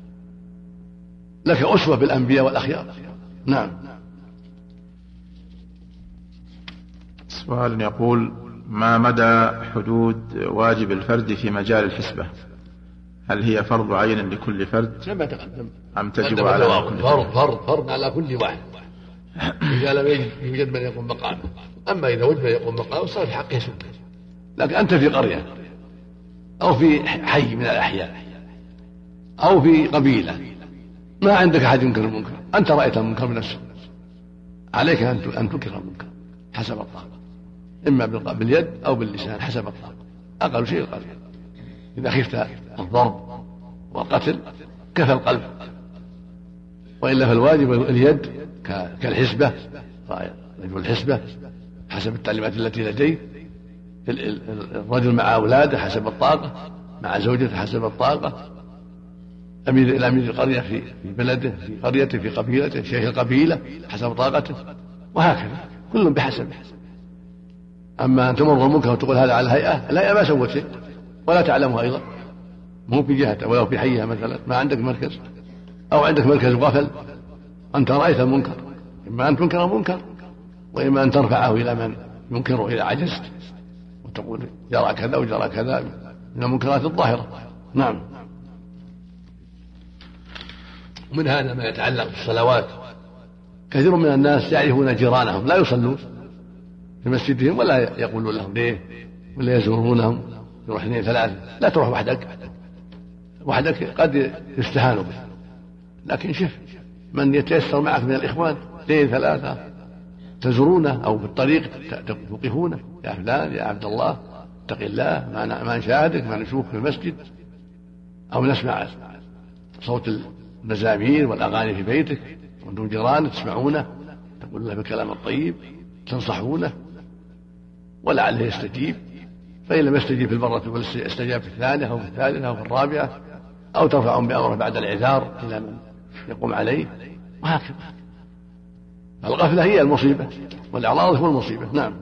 لك أسوة بالأنبياء والأخيار. نعم. سؤال يقول: ما مدى حدود واجب الفرد في مجال الحسبة؟ هل هي فرض عين لكل فرد كما تقدم أم تجب على كل فرد فرض فرض على كل واحد إذا لم يوجد من يقوم مقامه؟ أما إذا وجد من يقوم مقامه صار في حقه سنة. لكن أنت في قرية أو في حي من الأحياء أو في قبيلة ما عندك أحد ينكر المنكر، أنت رأيت المنكر بنفسك، عليك أن تنكر المنكر حسب الطاقة، إما باليد أو باللسان حسب الطاقة، أقل شيء القرية. إذا خفت الضرب والقتل كفى القلب، وإلا فالواجب اليد كالحسبة، رجل الحسبة حسب التعليمات التي لديه، الرجل مع أولاده حسب الطاقة، مع زوجته حسب الطاقة، أمير إلى أمير القرية في بلده، في قريته، في قبيلته، شيخ القبيلة حسب طاقته، وهكذا كل بحسبه. أما أن تمر المنكر وتقول هذا على الهيئة، الهيئة ما سوت شيء ولا تعلمها أيضا، مو في جهته ولو في حيها مثلا، ما عندك مركز أو عندك مركز غفل، أنت رأيت المنكر، إما أن تنكر المنكر وإما أن ترفعه إلى من ينكره إذا عجزت، وتقول جرى كذا وجرى كذا من المنكرات الظاهرة. نعم. ومن هذا ما يتعلق بالصلوات، كثير من الناس يعرفون جيرانهم لا يصلون في مسجدهم ولا يقولون لهم ليه، ولا يزورونهم، يروح اثنين ثلاثة. لا تروح وحدك، وحدك قد يستهان به، لكن شف من يتيسر معك من الإخوان، اثنين ثلاثة تزورونه أو في الطريق توقفونه: يا فلان، يا عبد الله، اتق الله، ما نشاهدك، ما نشوفك في المسجد، أو نسمع صوت المزامير والأغاني في بيتك وأنتم جيران تسمعونه، تقول له بالكلام الطيب، تنصحونه ولعله يستجيب. فإن لم يستجيب في المرة الأولى استجاب في الثانية أو في الثالثة أو في الرابعة، أو ترفعهم بأمره بعد الإعذار إلى من يقوم عليه، وهكذا. الغفلة هي المصيبة والإعراض هو المصيبة. نعم.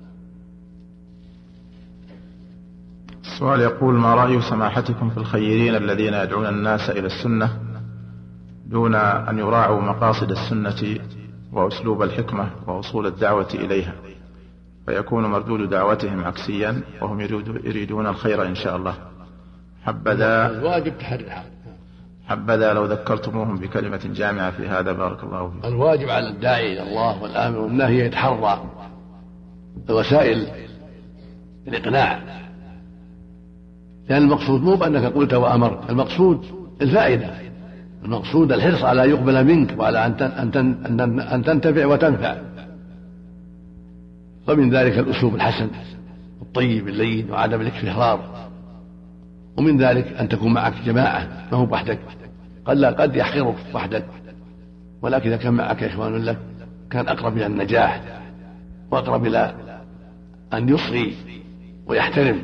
السؤال يقول: ما رأي سماحتكم في الخيرين الذين يدعون الناس إلى السنة دون أن يراعوا مقاصد السنة وأسلوب الحكمة وأصول الدعوة إليها، فيكون مردود دعوتهم عكسيا وهم يريدون الخير إن شاء الله؟ حبذا الواجب تحري الحق. حبذا لو ذكرتموهم بكلمة جامعة في هذا، بارك الله فيكم. الواجب على الداعي إلى الله والآمر والنهي يتحرى وسائل الإقناع، لأن المقصود مو بأنك قلت وأمرت، المقصود الفائدة، المقصود الحرص على يقبل منك وعلى أن تنتفع وتنفع. ومن ذلك الأسلوب الحسن الطيب اللين وعدم الاكفرار، ومن ذلك أن تكون معك جماعة ما هو وحدك، قد لا قد يحقرك وحدك، ولكن إذا كان معك إخوان لك كان أقرب إلى النجاح وأقرب إلى أن يصغي ويحترم.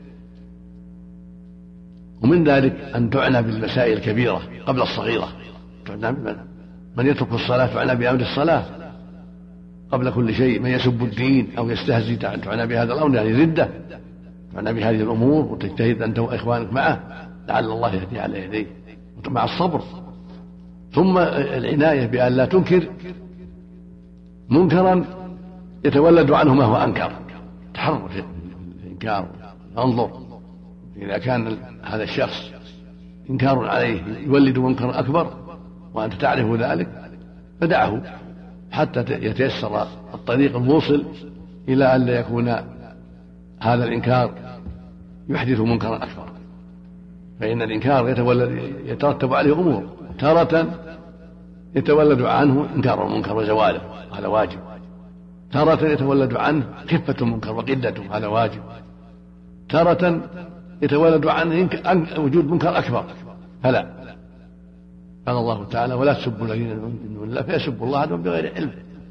ومن ذلك أن تعنى بالمسائل الكبيرة قبل الصغيرة، من يترك الصلاة تعنى بأمر الصلاة قبل كل شيء، من يسب الدين أو يستهزئ تعنى بهذا الأمر يعني ردة، تعنى بهذه الأمور وتجتهد أنت وإخوانك معه لعل الله يهدي على يديه مع الصبر. ثم العناية بأن لا تنكر منكرا يتولد عنه ما هو أنكر، تحرر في الإنكار. انظر إذا كان هذا الشخص إنكار عليه يولد منكرا أكبر وأنت تعرف ذلك فدعه حتى يتيسر الطريق الموصل إلى أن لا يكون هذا الإنكار يحدث منكرا أكبر. فإن الإنكار يتولد يترتب عليه أمور، تارة يتولد عنه إنكار المنكر وزواله، هذا واجب، تارة يتولد عنه خفة المنكر وقلته، هذا واجب، تارة يتولد عنه وجود منكر أكبر، فلا. قال الله تعالى: ولا تسبوا الذين يدعون من دون الله فيسبوا الله عدوا بغير علم.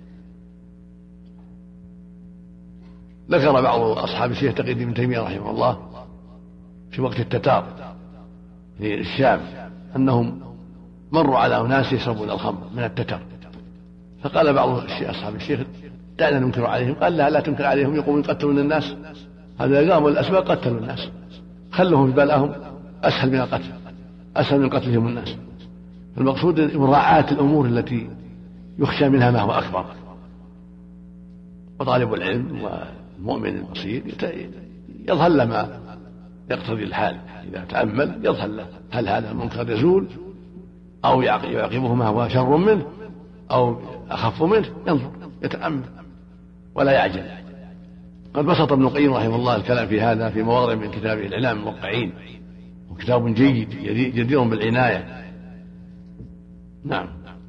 ذكر بعض أصحاب الشيخ تقي ابن تيمية رحمه الله في وقت التتار في الشام أنهم مروا على أناس يشربون الخمر من التتر، فقال بعض أصحاب الشيخ: دعنا ننكر عليهم. قال: لا لا تنكر عليهم، يقومون يقتلون الناس، هذا قاموا الأسباب قتلوا الناس، خلهم في بالهم أسهل من القتل، أسهل من قتلهم الناس. المقصود مراعاة الأمور التي يخشى منها ما هو أكبر. وطالب العلم والمؤمن البصير يظهر له ما يقتضي الحال، إذا تأمل يظهر له هل هذا المنكر يزول أو يعقبه ما هو شر منه أو أخف منه، ينظر يتأمل ولا يعجل. قد بسط ابن القيم رحمه الله الكلام في هذا في مواضع من كتابه الإعلام الموقعين، وكتاب جيد جدير بالعناية. نعم.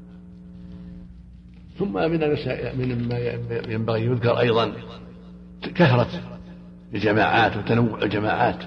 ثم من المسائل مما ينبغي يذكر أيضا كثرة الجماعات وتنوع الجماعات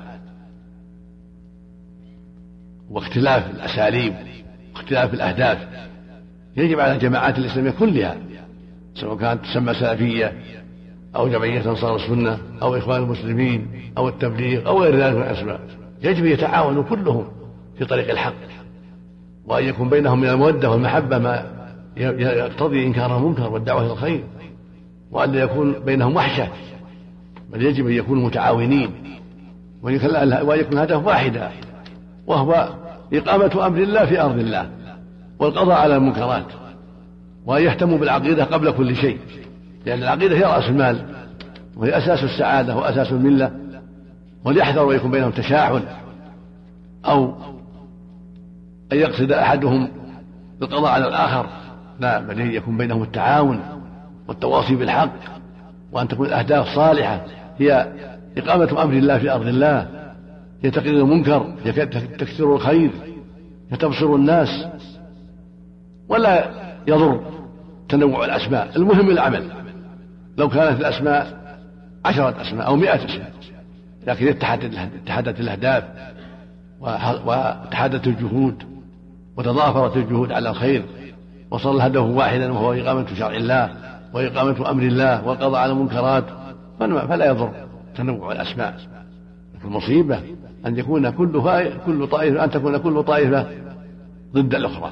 واختلاف الأساليب واختلاف الأهداف. يجب على الجماعات الإسلامية كلها سواء كانت تسمى سلفية أو جمعية أنصار السنة أو إخوان المسلمين أو التبليغ أو غير ذلك من الأسماء، يجب يتعاونوا كلهم في طريق الحق، وأن يكون بينهم من المودة والمحبة ما يقتضي إنكار المنكر والدعوة إلى الخير، وأن لا يكون بينهم وحشة، بل يجب أن يكونوا متعاونين وأن يكون هدف واحدا، وهو إقامة أمر الله في أرض الله والقضاء على المنكرات، وأن يهتموا بالعقيدة قبل كل شيء، لأن العقيدة هي رأس المال وهي أساس السعادة وأساس الملة. وليحذروا يكون بينهم تشاحن أو أن يقصد أحدهم بالقضاء على الآخر، لا، بل يكون بينهم التعاون والتواصي بالحق، وأن تكون الأهداف صالحة هي إقامة أمر الله في أرض الله، هي تقرير المنكر، هي تكثير الخير، هي تبصر الناس، ولا يضر تنوع الأسماء، المهم العمل. لو كانت الأسماء عشرة أسماء أو مئة اسم لكن اتحدت الأهداف واتحدت الجهود وتضافرت الجهود على الخير وصار الهدف واحدا وهو إقامة شرع الله وإقامة أمر الله والقضاء على المنكرات فلا يضر تنوع الأسماء. المصيبة أن يكون كل كل طائفة أن تكون كل طائفة ضد الأخرى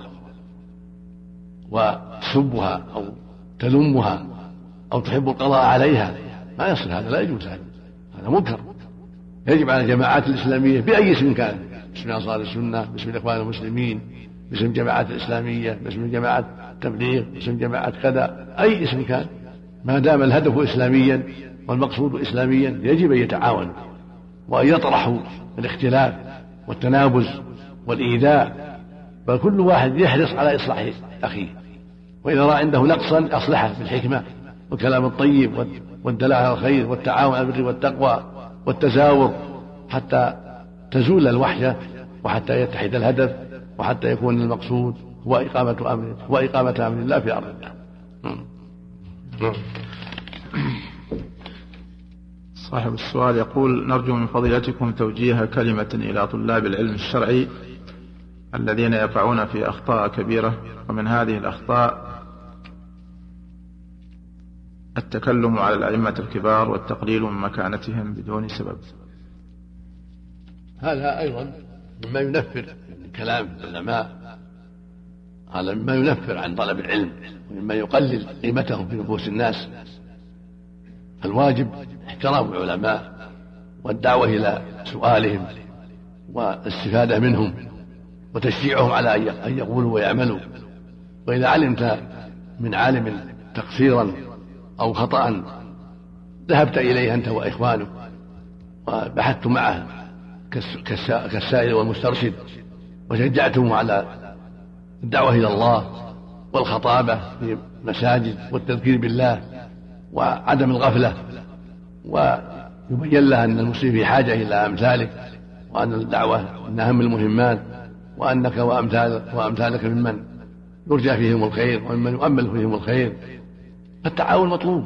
وتسبها أو تلمها أو تحب القضاء عليها، ما يصل هذا، لا يجوز هذا، هذا منكر. يجب على الجماعات الإسلامية بأي اسم كان، باسم أنصار السنة، باسم الإخوان المسلمين، باسم الجماعات الإسلامية، باسم جماعات التبليغ، باسم جماعات كذا، أي اسم كان ما دام الهدف إسلاميا والمقصود إسلاميا يجب أن يتعاونوا وأن يطرحوا الاختلاف والتنابز والإيذاء، بل كل واحد يحرص على إصلاح أخيه، وإذا رأى عنده نقصا أصلحه بالحكمة والكلام الطيب والدلاء على الخير والتعاون على البر والتقوى والتزاور حتى تزول الوحشة وحتى يتحد الهدف وحتى يكون المقصود هو إقامة أمر وإقامة أمر الله في أرض الله. صاحب السؤال يقول: نرجو من فضيلتكم توجيه كلمة إلى طلاب العلم الشرعي الذين يقعون في أخطاء كبيرة، ومن هذه الأخطاء التكلم على الأئمة الكبار والتقليل من مكانتهم بدون سبب. هذا أيضا مما ينفر من كلام العلماء، هذا مما ينفر عن طلب العلم ومما يقلل قيمتهم في نفوس الناس. الواجب احترام العلماء والدعوة إلى سؤالهم والاستفادة منهم وتشجيعهم على أن يقولوا ويعملوا. وإذا علمت من عالم تقصيرا أو خطأ ذهبت إليه أنت وإخوانك وبحثت معه كالسائل والمسترشد وشجعتهم على الدعوة إلى الله والخطابة في المساجد والتذكير بالله وعدم الغفلة، ويبين له أن المسلم في حاجة إلى أمثالك وأن الدعوة من أهم المهمات وأنك وأمثالك, وأمثالك ممن يرجى فيهم الخير وممن يؤمل فيهم الخير. فالتعاون مطلوب،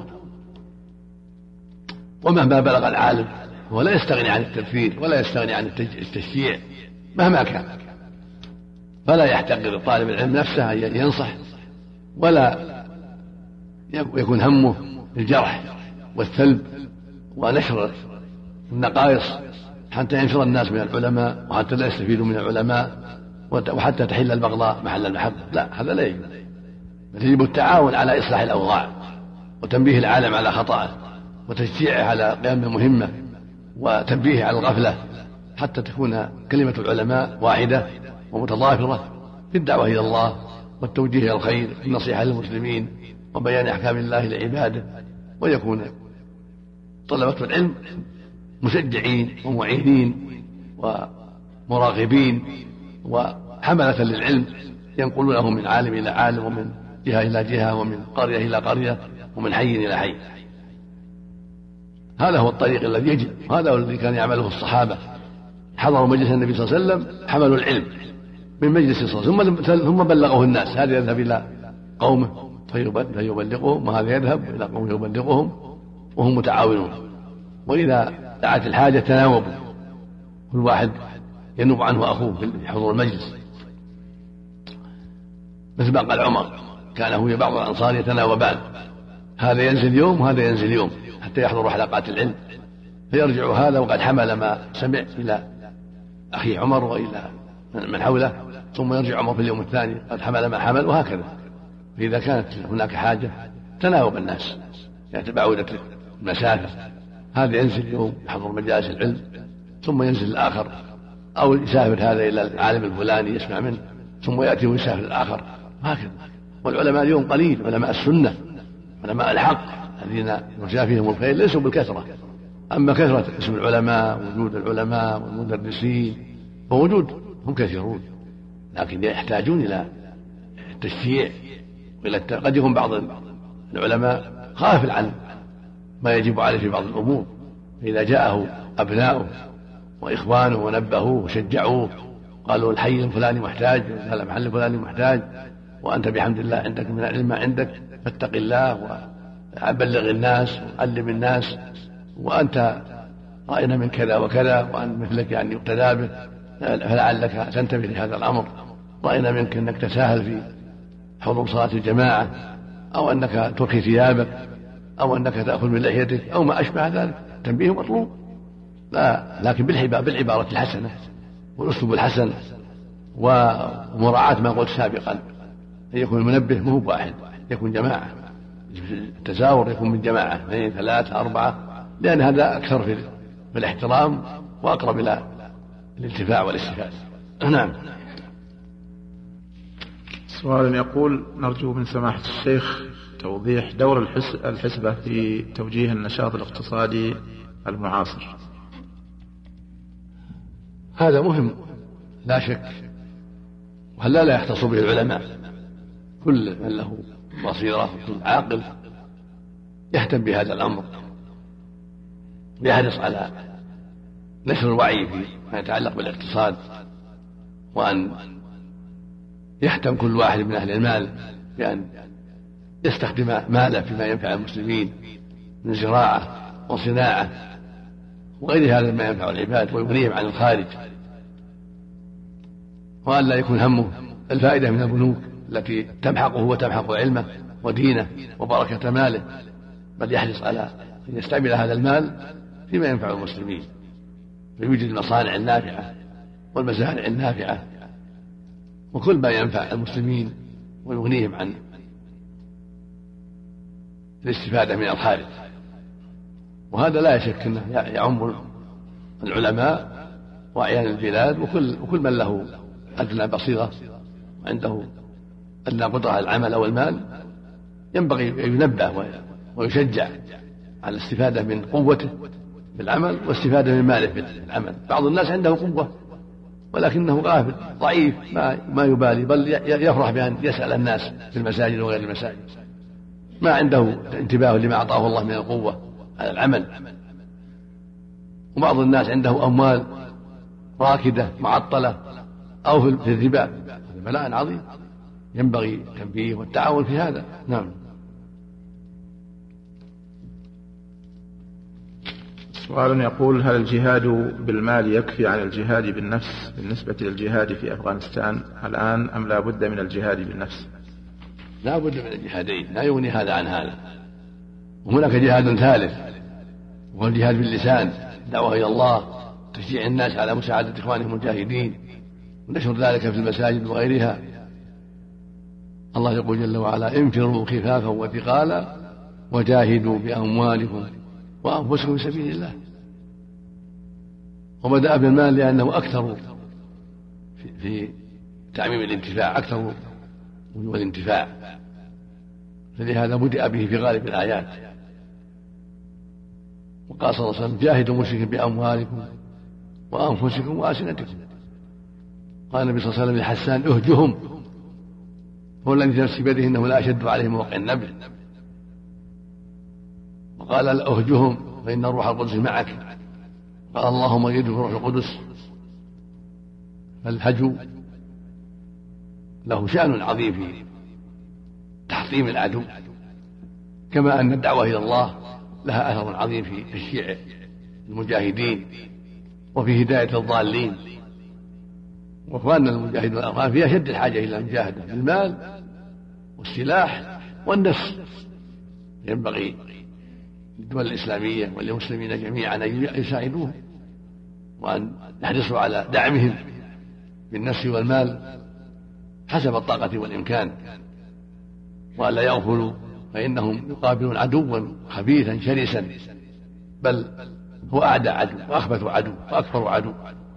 ومهما بلغ العالم هو لا يستغني عن التذكير ولا يستغني عن التشجيع مهما كان، فلا يحتقر طالب العلم نفسه أن ينصح ولا يكون همه الجرح والثلب ونشر النقائص حتى ينشر الناس من العلماء وحتى لا يستفيدوا من العلماء وحتى تحل البغضاء محل المحبة. لا، هذا لا يجوز، بل يجب التعاون على إصلاح الأوضاع وتنبيه العالم على خطأه وتشجيعه على قيام المهمة وتنبيهه على الغفلة حتى تكون كلمة العلماء واحدة ومتضافرة في الدعوة إلى الله والتوجيه إلى الخير والنصيحة للمسلمين وبيان أحكام الله لعباده، ويكون طلبة العلم مشجعين ومعينين ومراقبين وحملة للعلم ينقلونه من عالم إلى عالم ومن جهة إلى جهة ومن قرية إلى قرية ومن حي إلى حي. هذا هو الطريق الذي يجب، وهذا هو الذي كان يعمله الصحابة. حضروا مجلس النبي صلى الله عليه وسلم حملوا العلم من مجلس صلى الله عليه وسلم ثم بلغوه الناس، هذا يذهب إلى قومه فيبلغهم وهذا يذهب إلى قومه يبلغهم وهم متعاونون. وإذا دعت الحاجة تناوبوا، كل واحد ينوب عنه أخوه في حضور المجلس، مثل ما قال عمر كان هو بعض الأنصار يتناوبان، هذا ينزل يوم وهذا ينزل يوم حتى يحضروا حلقات العلم، فيرجع هذا وقد حمل ما سمع إلى أخي عمر وإلى من حوله، ثم يرجع عمر في اليوم الثاني قد حمل ما حمل، وهكذا. فإذا كانت هناك حاجة تناوب الناس يتباعد المسافة، هذا ينزل يوم يحضر مجالس العلم ثم ينزل الآخر، أو يسافر هذا إلى العالم الفلاني يسمع منه ثم يأتي ويسافر الآخر، هكذا. والعلماء اليوم قليل، علماء السنة علماء الحق الذين يرجى فيهم الخير ليسوا بالكثرة. أما كثرة اسم العلماء ووجود العلماء والمدرسين فوجود هم كثيرون، لكن يحتاجون إلى التشجيع وإلى قد يكون بعض العلماء غافل عن ما يجب عليه في بعض الأمور، فإذا جاءه أبناؤه وإخوانه ونبهوه وشجعوه قالوا الحي الفلاني محتاج هذا المحل الفلاني محتاج وأنت بحمد الله عندك من العلم ما عندك فاتق الله وبلغ الناس وعلم الناس وأنت رأينا من كذا وكذا وأن مثلك يعني يقتدى به فلعلك تنتبه لهذا الأمر. رأينا منك أنك تساهل في حضور صلاة الجماعة، أو أنك ترخي ثيابك، أو أنك تأخذ من لحيتك، أو ما أشبه ذلك. تنبيه مطلوب، لا لكن بالعبارة الحسنة والأسلوب الحسن، ومراعاة ما قلت سابقا، أن يكون المنبه مو واحد، يكون جماعة، التزاور يكون من جماعة اثنين ثلاثة أربعة، لأن هذا أكثر في الاحترام وأقرب إلى الانتفاع والاستفادة. نعم. سؤال يقول: نرجو من سماحة الشيخ توضيح دور الحسبة في توجيه النشاط الاقتصادي المعاصر. هذا مهم لا شك، وهلا لا يختص به العلماء، كل من له بصيرة وكل عاقل يهتم بهذا الأمر، يحرص على نشر الوعي فيما يتعلق بالاقتصاد، وأن يهتم كل واحد من أهل المال بأن يستخدم ماله فيما ينفع المسلمين من زراعة وصناعة وغير هذا ما ينفع العباد ويغنيهم عن الخارج، وأن لا يكون همه الفائدة من البنوك التي تمحقه وتمحق علمه ودينه وبركة ماله، بل يحرص على أن يستعمل هذا المال فيما ينفع المسلمين، فيوجد المصانع النافعة والمزارع النافعة وكل ما ينفع المسلمين ويغنيهم عن الاستفادة من الخارج. وهذا لا شك أنه يعم العلماء وأعيان البلاد وكل, وكل من له أدنى بصيرة وعنده أدنى قدرة على العمل أو المال، ينبغي أن ينبه ويشجع على الاستفادة من قوته في العمل واستفادة من ماله في العمل. بعض الناس عنده قوة ولكنه غافل ضعيف ما, ما يبالي، بل يفرح بأن يسأل الناس في المساجد وغير المساجد، ما عنده انتباه لما أعطاه الله من القوة على العمل. وبعض الناس عنده أموال راكدة معطلة أو في الربا، هذا بلاء عظيم، ينبغي التنبيه والتعاون في هذا. نعم. سؤال يقول: هل الجهاد بالمال يكفي عن الجهاد بالنفس بالنسبة للجهاد في أفغانستان الآن، أم لا بد من الجهاد بالنفس؟ لا بد من الجهادين، لا يغني هذا عن هذا. وهناك جهاد ثالث وهو الجهاد باللسان، دعوة إلى الله، تشجيع الناس على مساعدة إخوانهم المجاهدين ونشر ذلك في المساجد وغيرها. الله يقول جل وعلا: انفروا خفافا وثقالا وجاهدوا بأموالكم وأنفسكم في سبيل الله. وبدأ بالمال لأنه أكثر في تعميم الانتفاع، أكثر وجوه الانتفاع، فلهذا بدأ به في غالب الآيات. وقال صلى الله عليه وسلم: جاهدوا المشركين بأموالكم وأنفسكم وألسنتكم. قال النبي صلى الله عليه وسلم لحسان: اهجهم، هو الذي نفسي بيده إنه لا أشد عليهم موقع النبل. وقال: اهجهم فإن الروح القدس معك. قال: اللهم أيده بروح القدس. فالهجو له شأن عظيم في تحطيم العدو، كما أن الدعوة إلى الله لها أثر عظيم في تشجيع المجاهدين وفي هداية الضالين. وإخواننا المجاهدين والأخوان في أشد الحاجة إلى المجاهدة بالمال والسلاح والنفس. ينبغي للدول الإسلامية وللمسلمين جميعا أن يساعدوهم وأن يحرصوا على دعمهم بالنفس والمال حسب الطاقة والإمكان، وألا يغفلوا، فإنهم يقابلون عدوا خبيثا شرسا، بل هو أعدى عدو وأخبث عدو وأكثر عدو.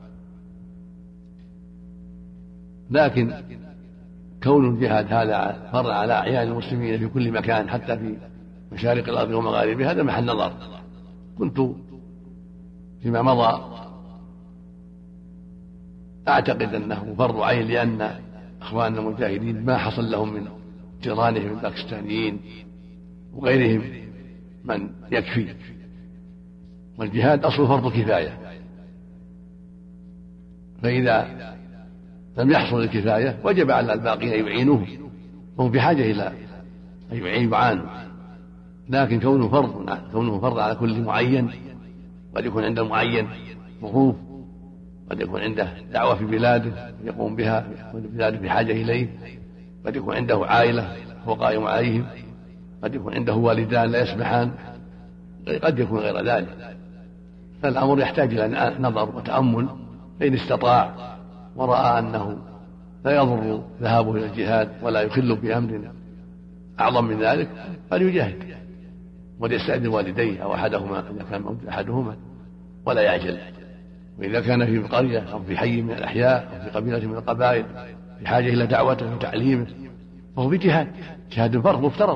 لكن كون الجهاد هذا فرض على أعيان المسلمين في كل مكان حتى في مشارق الأرض ومغاربها هذا محل نظر. كنت فيما مضى أعتقد أنه فرض عين، لأن أخواننا المجاهدين ما حصل لهم من جيرانهم الباكستانيين وغيرهم من يكفي، والجهاد أصل فرض كفاية، فإذا لم يحصل الكفاية وجب على الباقين أن يعينوه، وهم بحاجة إلى أن يعانوا. لكن كونه فرض كونه فرض على كل معين قد يكون عند المعين ظروف، قد يكون عنده دعوة في بلاده يقوم بها بلاده بحاجة إليه، قد يكون عنده عائلة هو قائم عليهم، قد يكون عنده والدان لا يسمحان، قد يكون غير ذلك. فالأمر يحتاج إلى نظر وتأمل، فإن استطاع ورأى أنه لا يضر ذهابه إلى الجهاد ولا يخل بأمر أعظم من ذلك فليجاهد وليستأذن والديه أو أحدهما إذا كان موجود أحدهما ولا يعجل. وإذا كان في قرية أو في حي من الأحياء أو في قبيلة من القبائل بحاجة إلى دعوته وتعليمه فهو في جهاد، جهاد فرض مفترض.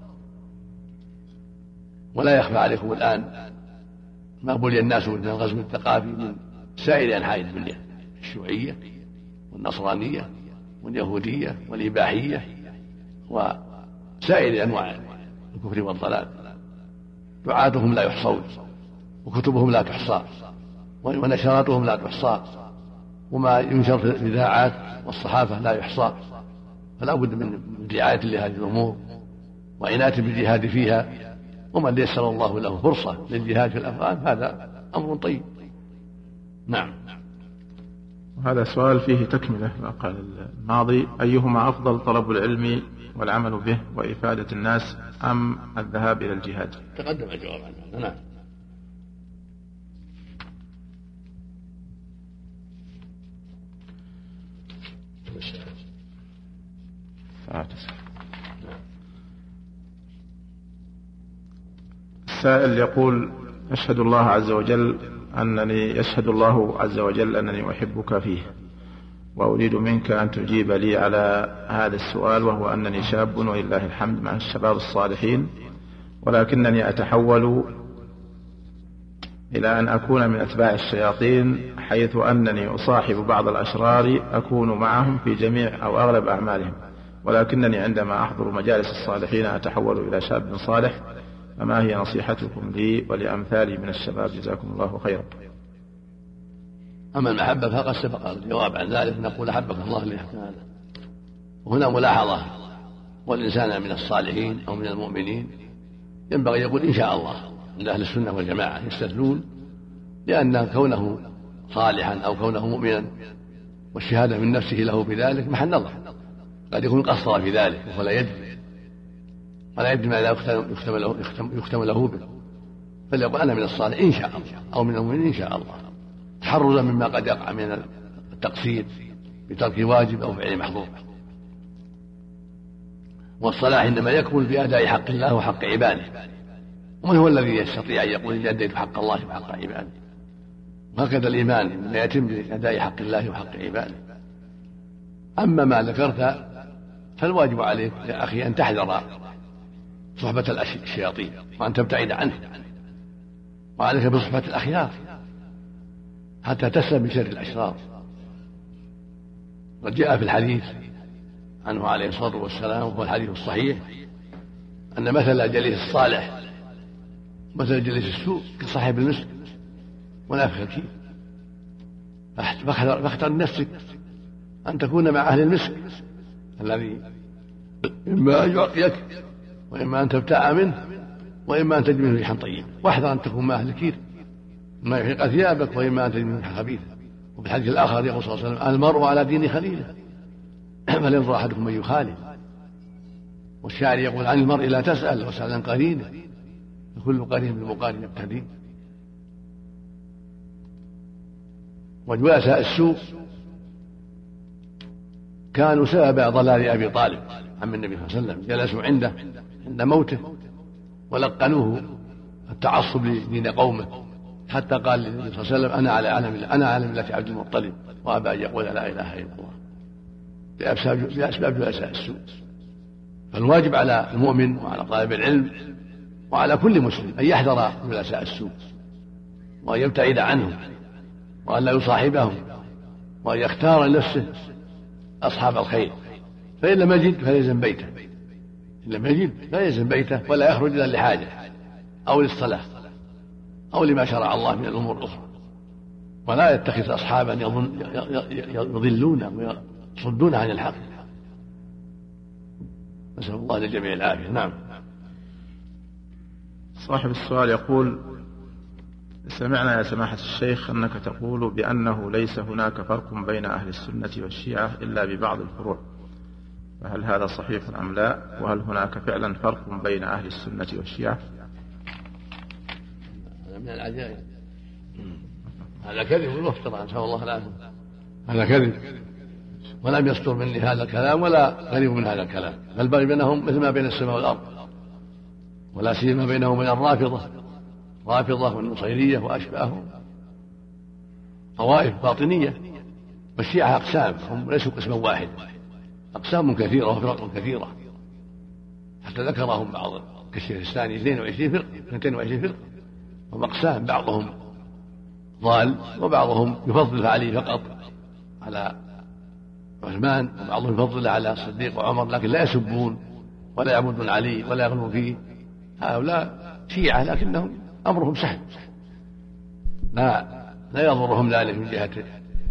ولا يخفى عليكم الآن ما بلي الناس من الغزو الثقافي من سائر أنحاء الدنيا، الشيوعية والنصرانية واليهودية والإباحية وسائر أنواع الكفر والضلال، دعاتهم لا يحصون وكتبهم لا تحصى ونشراتهم لا تحصى وما ينشر في الإذاعات والصحافة لا يحصى. فلا بد من رعاية لهذه الأمور وعناية بالجهاد فيها، ومن يسر الله له فرصة للجهاد في الأفغان هذا أمر طيب. نعم. وهذا سؤال فيه تكملة قال الماضي: أيهما أفضل، طلب العلم والعمل به وإفادة الناس أم الذهاب إلى الجهاد؟ تقدم الجواب عنه. نعم. السائل يقول: أشهد الله عز وجل أنني يشهد الله عز وجل أنني أحبك فيه، وأريد منك أن تجيب لي على هذا السؤال، وهو أنني شاب ولله الحمد مع الشباب الصالحين، ولكنني أتحول إلى أن أكون من أتباع الشياطين، حيث أنني أصاحب بعض الأشرار أكون معهم في جميع أو أغلب أعمالهم، ولكنني عندما أحضر مجالس الصالحين أتحول إلى شاب صالح، فما هي نصيحتكم لي ولأمثالي من الشباب؟ جزاكم الله خيرا. أما المحبة فقد سبق الجواب عن ذلك، نقول أحبك الله ليحكم هذا. وهنا ملاحظة: والإنسان من الصالحين أو من المؤمنين ينبغي يقول إن شاء الله. عند أهل السنة والجماعة يستثنون، لأن كونه صالحا أو كونه مؤمنا والشهادة من نفسه له بذلك محل نظر، قد يكون قصر في ذلك ولا يدري ولا يدري ما لا يختم له, يختم له به، فليقول أنا من الصالح إن شاء الله أو من المؤمنين إن شاء الله، تحرزا مما قد يقع من التقصير بترك واجب أو فعل محظور. والصلاح إنما يكمل بأداء حق الله وحق عباده، ومن هو الذي يستطيع أن يقول إني أديت حق الله وحق عباده؟ وهكذا الإيمان إنما يتم بأداء حق الله وحق عباده. أما ما ذكرت فالواجب عليك يا أخي أن تحذر صحبة الشياطين وأن تبتعد عنه، وعليك بصحبة الأخيار حتى تسلم من شر الأشرار. قد جاء في الحديث عنه عليه الصلاة والسلام وهو الحديث الصحيح أن مثل الجليس الصالح مثل جليس السوء كصاحب المسك ونافخ الكير، فاختر لنفسك أن تكون مع أهل المسك الذي إما أن يعطيك وإما أن تبتاع منه وإما أن تجد منه ريحا طيبا، واحذر أن تكون مع أهل الكير ما يحرق ثيابك وإما أن تجد منه ريحا خبيثة. وفي الحديث الآخر يقول صلى الله عليه وسلم: المرء على دين خليله فلينظر أحدكم من يخالف. والشاعر يقول: عن المرء لا تسأل واسأل عن قرينه، فكل قرين بالمقارن يقتدي. وجلساء السوء كانوا سبب ضلال أبي طالب عم النبي صلى الله عليه وسلم، جلسوا عنده عند موته ولقنوه التعصب لدين قومه، حتى قال للنبي صلى الله عليه وسلم: أنا على علم الله، أنا على ملة عبد المطلب، وأبى أن يقول لا إله إلا الله، بأسباب جلساء السوء. فالواجب على المؤمن وعلى طالب العلم وعلى كل مسلم أن يحذر جلساء السوء وأن يبتعد عنهم وأن لا يصاحبهم وأن يختار لنفسه أصحاب الخير، فإن لم يجد فليلزم بيته، إن لم يجد فليلزم بيته ولا يخرج إلا لحاجة أو للصلاة أو لما شرع الله من الأمور الأخرى، ولا يتخذ أصحابا يضلون ويصدون عن الحق. نسأل الله للجميع العافية. نعم. صاحب السؤال يقول: سمعنا يا سماحة الشيخ أنك تقول بأنه ليس هناك فرق بين أهل السنة والشيعة إلا ببعض الفروع، فهل هذا صحيح أم لا؟ وهل هناك فعلا فرق بين أهل السنة والشيعة؟ هذا من العجائب، هذا كذب وافتراء، نسأل الله العافية. هذا كذب، ولم يصدر مني هذا الكلام ولا قريب من هذا الكلام، بل بينهم مثل ما بين السماء والأرض، ولا سيما بينهم وبين الرافضة الرافضة والنصيرية وأشباههم طوائف باطنية. والشيعة أقسام، هم ليسوا قسما واحد، أقسام كثيرة وفرق كثيرة، حتى ذكرهم بعض كالشيخ الثاني اثنين وعشرين فرقة اثنين وعشرين فرقة، هم أقسام، بعضهم ضال وبعضهم يفضل علي فقط على عثمان، وبعضهم يفضل على الصديق وعمر، لكن لا يسبون ولا يعبدون علي ولا يغلون فيه. هؤلاء شيعة لكنهم أمرهم سهل، لا لا يضرهم ذلك من جهة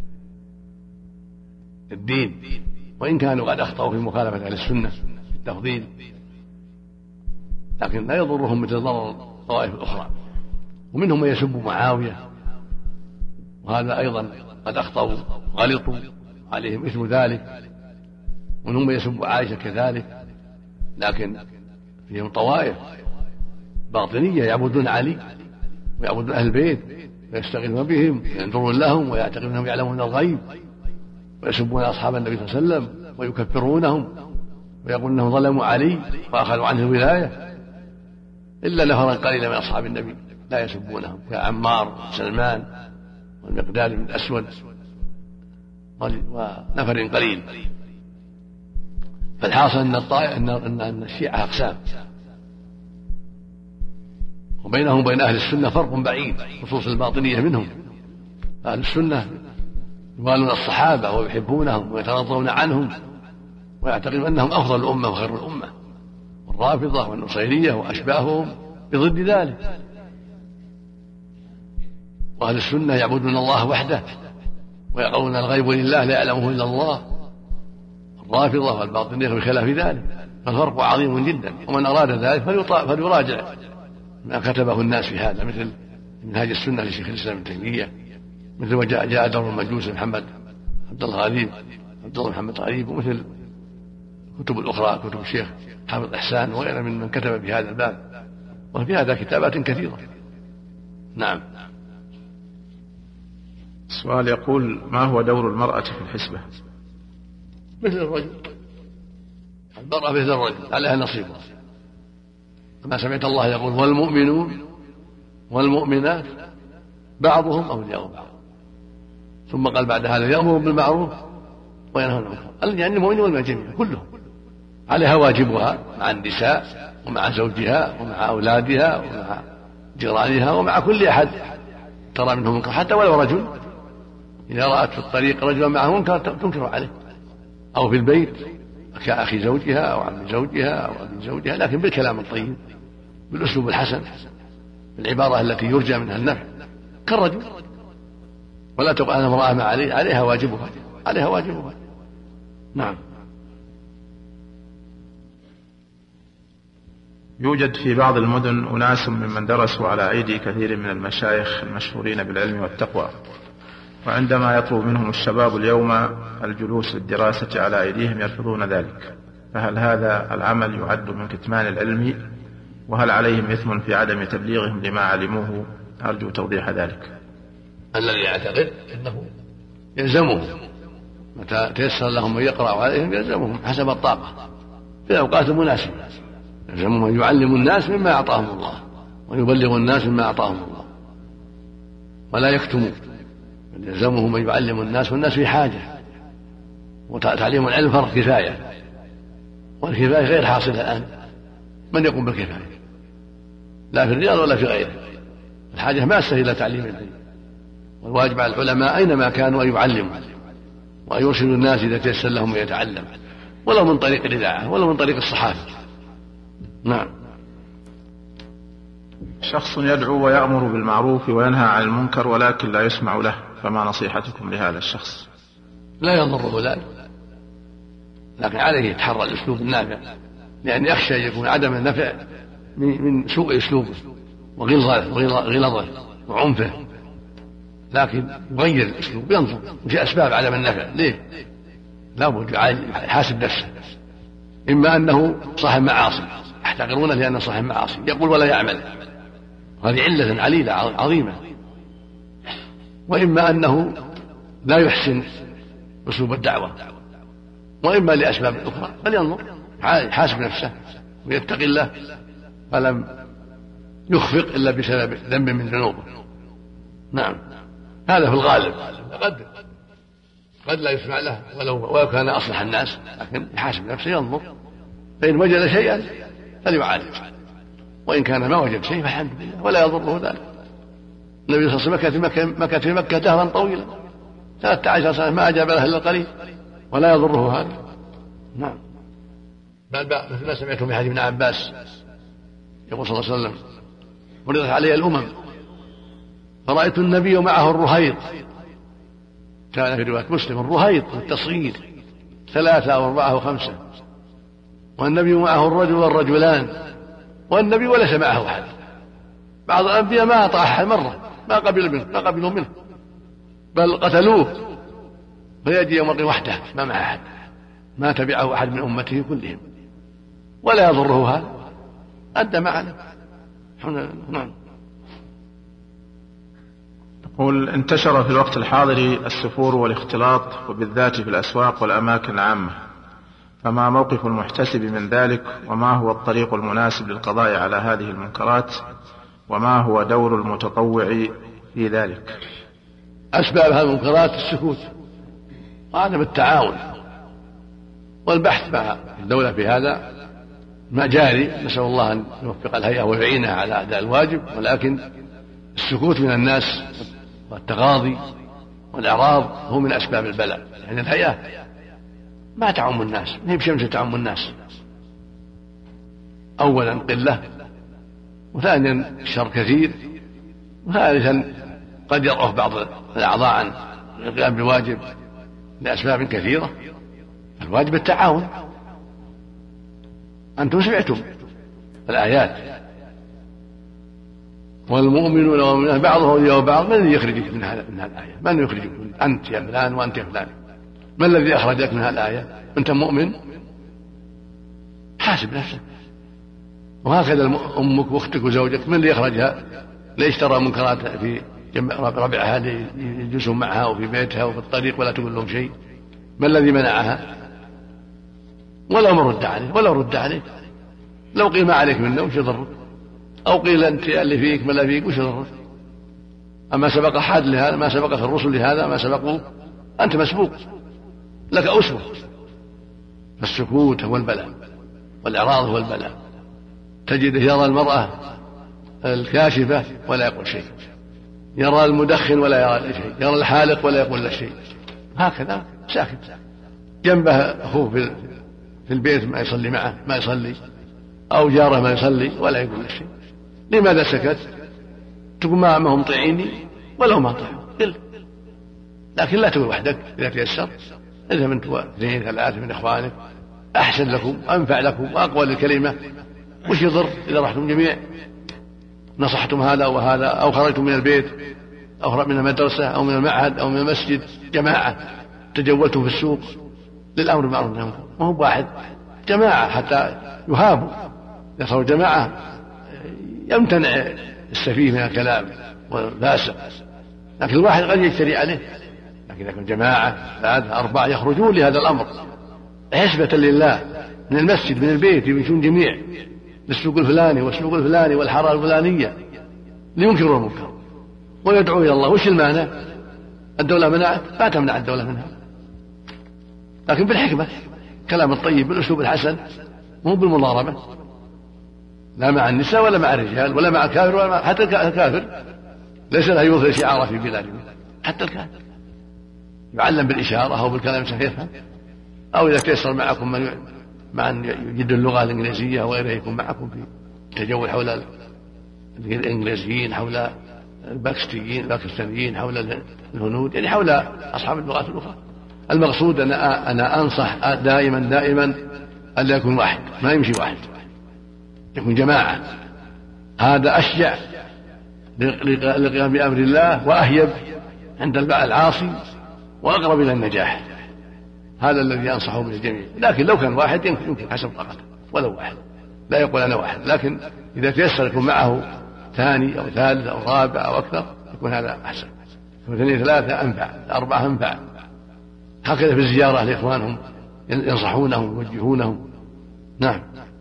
الدين، وإن كانوا قد أخطأوا في مخالفة أهل السنة في التفضيل، لكن لا يضرهم مثل ضرر الطوائف الأخرى. ومنهم من يسب معاوية، وهذا أيضا قد أخطأوا غلطوا عليهم إثم ذلك، ومنهم من يسب عائشة كذلك، لكن فيهم طوائف باطنية يعبدون علي ويعبدون أهل البيت ويستغيثون بهم وينظرون لهم ويعتقدون أنهم يعلمون الغيب، ويسبون أصحاب النبي صلى الله عليه وسلم ويكفرونهم ويقولون أنهم ظلموا علي وأخذوا عنه الولاية، إلا نفرا قليلا من أصحاب النبي لا يسبونهم كعمار وسلمان والمقداد بن الأسود ونفر قليل. فالحاصل أن الطائف أن الشيعة أقسام، وبينهم وبين أهل السنة فرق بعيد، خصوصا الباطنية منهم. أهل السنة يوالون الصحابة ويحبونهم ويترضون عنهم ويعتقدون أنهم أفضل الأمة وخير الأمة، والرافضة والنصيرية وأشباههم بضد ذلك. وأهل السنة يعبدون الله وحده ويقولون الغيب لله لا يعلمه إلا الله، الرافضة والباطنية بخلاف ذلك، فالفرق عظيم جدا. ومن أراد ذلك فليراجع ما كتبه الناس في هذا، مثل منهاج السنة لشيخ الإسلام ابن تيمية، مثل وجاء جاء دور المجوس محمد عبد الله غريب عبد الله محمد غريب، ومثل الكتب الأخرى كتب الشيخ حافظ إحسان وغيره من من كتب في هذا الباب، وفي هذا كتابات كثيرة. نعم. السؤال يقول: ما هو دور المرأة في الحسبة؟ مثل الرجل، المرأة مثل الرجل عليها نصيبها، كما سمعت الله يقول: والمؤمنون والمؤمنات بعضهم أولياء بعض، ثم قال بعد هذا: يأمر بالمعروف وينهى عن المنكر. يعني المؤمنين والمؤمنات جميعا كلهم عليها واجبها مع النساء ومع زوجها ومع أولادها ومع جيرانها ومع كل أحد ترى منهم منكر، حتى ولو رجل إذا رأت في الطريق رجلا معه منكر تنكر عليه، أو في البيت كأخي زوجها أو عم زوجها أو أبي زوجها، لكن بالكلام الطيب بالأسلوب الحسن، بالعبارة التي يرجى منها النفع كالرجل. ولا تقول أنا امرأة ما علي عليها واجبها عليها واجبها. نعم. يوجد في بعض المدن أناس ممن درسوا على أيدي كثير من المشايخ المشهورين بالعلم والتقوى، وعندما يطلب منهم الشباب اليوم الجلوس للدراسة على أيديهم يرفضون ذلك، فهل هذا العمل يعد من كتمان العلم؟ وهل عليهم إثم في عدم تبليغهم لما علموه؟ أرجو توضيح ذلك. الذي يعتقد أنه يلزمهم متى تيسر لهم أن يقرأوا عليهم يلزمهم حسب الطاقة في الأوقات المناسبة، يلزمهم أن يعلموا الناس مما أعطاهم الله ويبلغوا الناس مما أعطاهم الله ولا يكتموا، يلزمهم أن يعلموا الناس والناس في حاجة، وتعليم العلم فرض كفاية، والكفاية غير حاصلة الآن. من يقوم بالكفاية؟ لا في الرياض ولا في غيره. الحاجة ماسة إلى تعليم العلم، والواجب على العلماء أينما كانوا أن يعلموا وأن يرشدوا الناس إذا تيسر لهم أن يتعلم، ولو من طريق الإذاعة ولو من طريق الصحافة. نعم. شخص يدعو ويأمر بالمعروف وينهى عن المنكر ولكن لا يسمع له، فما نصيحتكم لهذا الشخص؟ لا يضره ذلك، لكن عليه يتحرى الأسلوب النافع، لأن يخشى أن يكون عدم النفع من سوء أسلوبه وغلظه وعنفه، لكن يغير الأسلوب وينظر وش أسباب عدم النفع. ليه؟ لا بد يحاسب نفسه، إما أنه صاحب معاصي يحتقرونه لأنه صاحب معاصي يقول ولا يعمل، هذه علة عليلة عظيمة، وإما أنه لا يحسن أسلوب الدعوة، وإما لأسباب أخرى، فلينظر يحاسب نفسه ويتقي الله، فلم يخفق إلا بسبب ذنب من ذنوبه. نعم، هذا في الغالب. قد قد لا يسمع له ولو, ولو كان أصلح الناس، لكن يحاسب نفسه ينظر، فإن وجد شيئا فليعالج، وإن كان ما وجد شيء فالحمد لله ولا يضره ذلك. النبي صلى الله عليه وسلم مكث في مكة دهرا طويلا ثلاثة عشر سنة ما أجاب له إلا القليل ولا يضره هذا. نعم، بل مثل ما سمعتم من حديث ابن عباس يقول صلى الله عليه وسلم: فرضت علي الأمم فرأيت النبي معه الرهيط، كان في رواية مسلم الرهيط التصغير ثلاثة أو أربعة أو خمسة، والنبي معه الرجل والرجلان، والنبي وليس معه أحد. بعض الأنبياء ما أطاع أحد مرة، ما قبل منه ما قبلوا منه بل قتلوه، فيأتي يوم القيامة وحده ما معه أحد، ما تبعه أحد من أمته كلهم ولا يضره هذا، أدى معنا. نعم. يقول: انتشر في الوقت الحاضر السفور والاختلاط وبالذات في الأسواق والأماكن العامة، فما موقف المحتسب من ذلك؟ وما هو الطريق المناسب للقضاء على هذه المنكرات؟ وما هو دور المتطوع في ذلك؟ أسباب هذه المنكرات السكوت وعدم التعاون والبحث مع الدولة في هذا ما جاري، نسأل الله أن يوفق الهيئة ويعينها على أداء الواجب، ولكن السكوت من الناس والتغاضي والإعراض هو من أسباب البلاء. يعني الهيئة ما تعم الناس، ما هي بشمس تعم الناس، أولا قلة، وثانيا الشر كثير، وثالثا قد يضعف بعض الأعضاء عن القيام بالواجب لأسباب كثيرة. الواجب التعاون. أنتم سمعتم الآيات: والمؤمنون والمؤمنات بعضهم أولياء بعض. من الذي يخرجك من هذا من هذه الآية؟ من يخرجك؟ أنت يا فلان وأنت يا فلان. ما الذي أخرجك من هذه الآية؟ أنت مؤمن، حاسب نفسك. وهكذا أمك واختك وزوجك، من اللي يخرجها ليشترى منكرات في ربعها يجلسون معها وفي بيتها وفي الطريق ولا تقول لهم شيء؟ ما الذي منعها؟ ولا مرد عليه ولا رد عليه. لو قيل ما عليك منه وش يضرك؟ أو قيل أنت اللي فيك ما لا فيك وش يضرك؟ أما سبق أحد لهذا، ما سبقك الرسل لهذا، ما سبقوا، أنت مسبوق لك أسوة. فالسكوت هو البلاء والإعراض هو البلاء. تجده يرى المرأة الكاشفة ولا يقول شيء، يرى المدخن ولا يرى شيء، يرى الحالق ولا يقول له شيء، هكذا ساكت. جنبه أخوه في البيت ما يصلي معه ما يصلي، أو جاره ما يصلي ولا يقول له شيء. لماذا سكت؟ تقول ما هم طيعيني ولا ما طيعوا، لكن لا تقول وحدك إذا تيسر. إذا من اثنين ثلاثة من إخوانك أحسن لكم أنفع لكم وأقوى للكلمة، وش يضر إذا رحتم جميع نصحتم هذا وهذا، أو خرجتم من البيت أو من المدرسة أو من المعهد أو من المسجد جماعة، تجولتم في السوق للأمر بالمعروف والنهي عن المنكر، ما هو واحد، جماعة حتى يهابوا. يصيروا جماعة يمتنع السفيه من الكلام والفاسق، لكن الواحد قد يجتري عليه. لكن إذا كان جماعة ثلاثة أربعة يخرجون لهذا الأمر حسبة لله من المسجد من البيت، يمشون جميع للسوق الفلاني والسوق الفلاني والحارة الفلانية لينكروا المنكر ويدعوا إلى الله. وش المانع؟ الدولة منعت؟ ما تمنع الدولة منها، لكن بالحكمة، كلام الطيب بالأسلوب الحسن، مو بالمضاربة، لا مع النساء ولا مع الرجال ولا مع الكافر ولا مع حتى الكافر ليس له يظهر شعاره في بلاده، حتى الكافر يعلم بالإشارة أو بالكلام يفهم، أو إذا تيسر معكم من مع أن يجد اللغة الإنجليزية أو غيرها يكون معكم في التجول حول الإنجليزيين، حول الباكستيين الباكستانيين، حول الهنود، يعني حول أصحاب اللغات الأخرى. المقصود أنا أنا أنصح دائما دائما ألا يكون واحد، ما يمشي واحد، يكون جماعة. هذا أشجع للقيام بأمر الله، وأهيب عند العاصي، وأقرب إلى النجاح. هذا الذي أنصحه من الجميع. لكن لو كان واحد يمكن حسب طاقته، ولو واحد، لا يقول أنا واحد، لكن إذا تيسر يكون معه ثاني أو ثالث أو رابع أو أكثر يكون هذا أحسن. اثنين ثلاثة أنفع، أربعة أنفع. هكذا في الزيارة لإخوانهم ينصحونهم ويوجهونهم. نعم.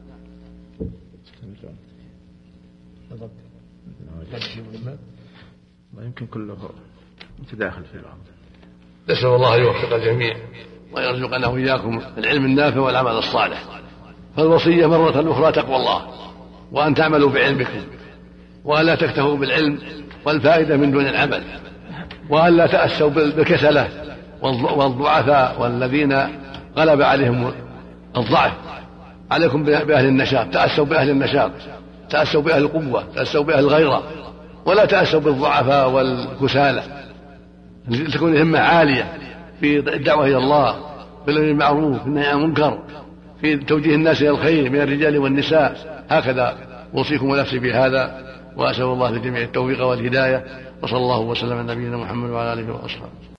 ما يمكن كله متداخل في بعض. نسأل الله أن يوفق الجميع ويرزقنا وإياكم العلم النافع والعمل الصالح. فالوصية مرة أخرى تقوى الله، وأن تعملوا بعلمكم، وأن لا تكتفوا بالعلم والفائدة من دون العمل، وأن لا تأسوا بالكسلة والضعفاء والذين غلب عليهم الضعف. عليكم بأهل النشاط، تأسوا بأهل النشاط، تأسوا بأهل القوة، تأسوا بأهل الغيرة، ولا تأسوا بالضعفاء والكسالى. تكون الهمة عالية في الدعوة إلى الله، بالأمر بالمعروف والنهي عن المنكر، في توجيه الناس إلى الخير من الرجال والنساء. هكذا أوصيكم ونفسي بهذا، وأسأل الله للجميع التوفيق والهداية، وصلى الله وسلم على نبينا محمد وعلى آله وأصحابه.